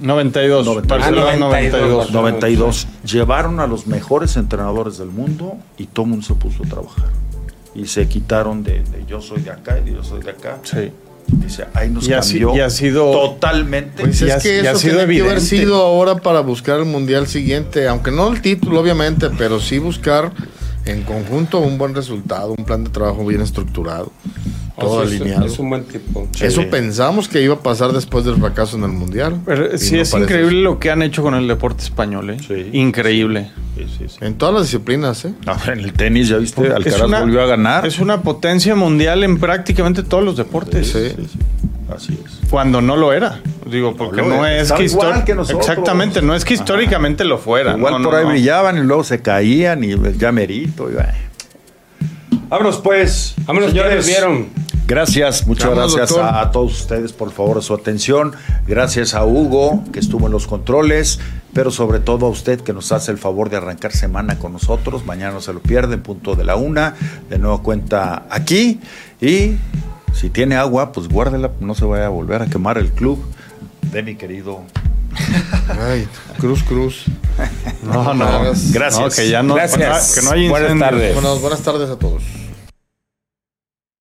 92. Llevaron a los mejores entrenadores del mundo y todo el mundo se puso a trabajar y se quitaron de yo soy de acá y yo soy de acá. Sí. Dice, ahí nos cambió y ha sido totalmente. Pues es que eso tiene que haber sido ahora para buscar el mundial siguiente, aunque no el título obviamente, pero sí buscar en conjunto un buen resultado, un plan de trabajo bien estructurado. todo alineado. Es un buen tipo. Sí. Eso pensamos que iba a pasar después del fracaso en el Mundial. Pero sí, no es increíble lo que han hecho con el deporte español, ¿eh? Sí. Increíble. Sí. En todas las disciplinas, ¿eh? No, en el tenis, ya viste, Alcaraz volvió a ganar. Es una potencia mundial en prácticamente todos los deportes. Sí. Así es. Cuando no lo era. Digo, porque no es que históricamente. Exactamente, no es que históricamente lo fuera. Igual por ahí brillaban y luego se caían y ya merito. Vámonos pues. Vámonos, señores. Vieron. Gracias, muchas gracias a todos ustedes por favor su atención. Gracias a Hugo que estuvo en los controles, pero sobre todo a usted que nos hace el favor de arrancar semana con nosotros. Mañana no se lo pierde, en punto de la 1. De nuevo cuenta aquí. Y si tiene agua, pues guárdela, no se vaya a volver a quemar el club de mi querido. Ay, Cruz. No. Gracias. No, que ya no. Gracias. Que no hay buenas tardes. Buenas tardes a todos.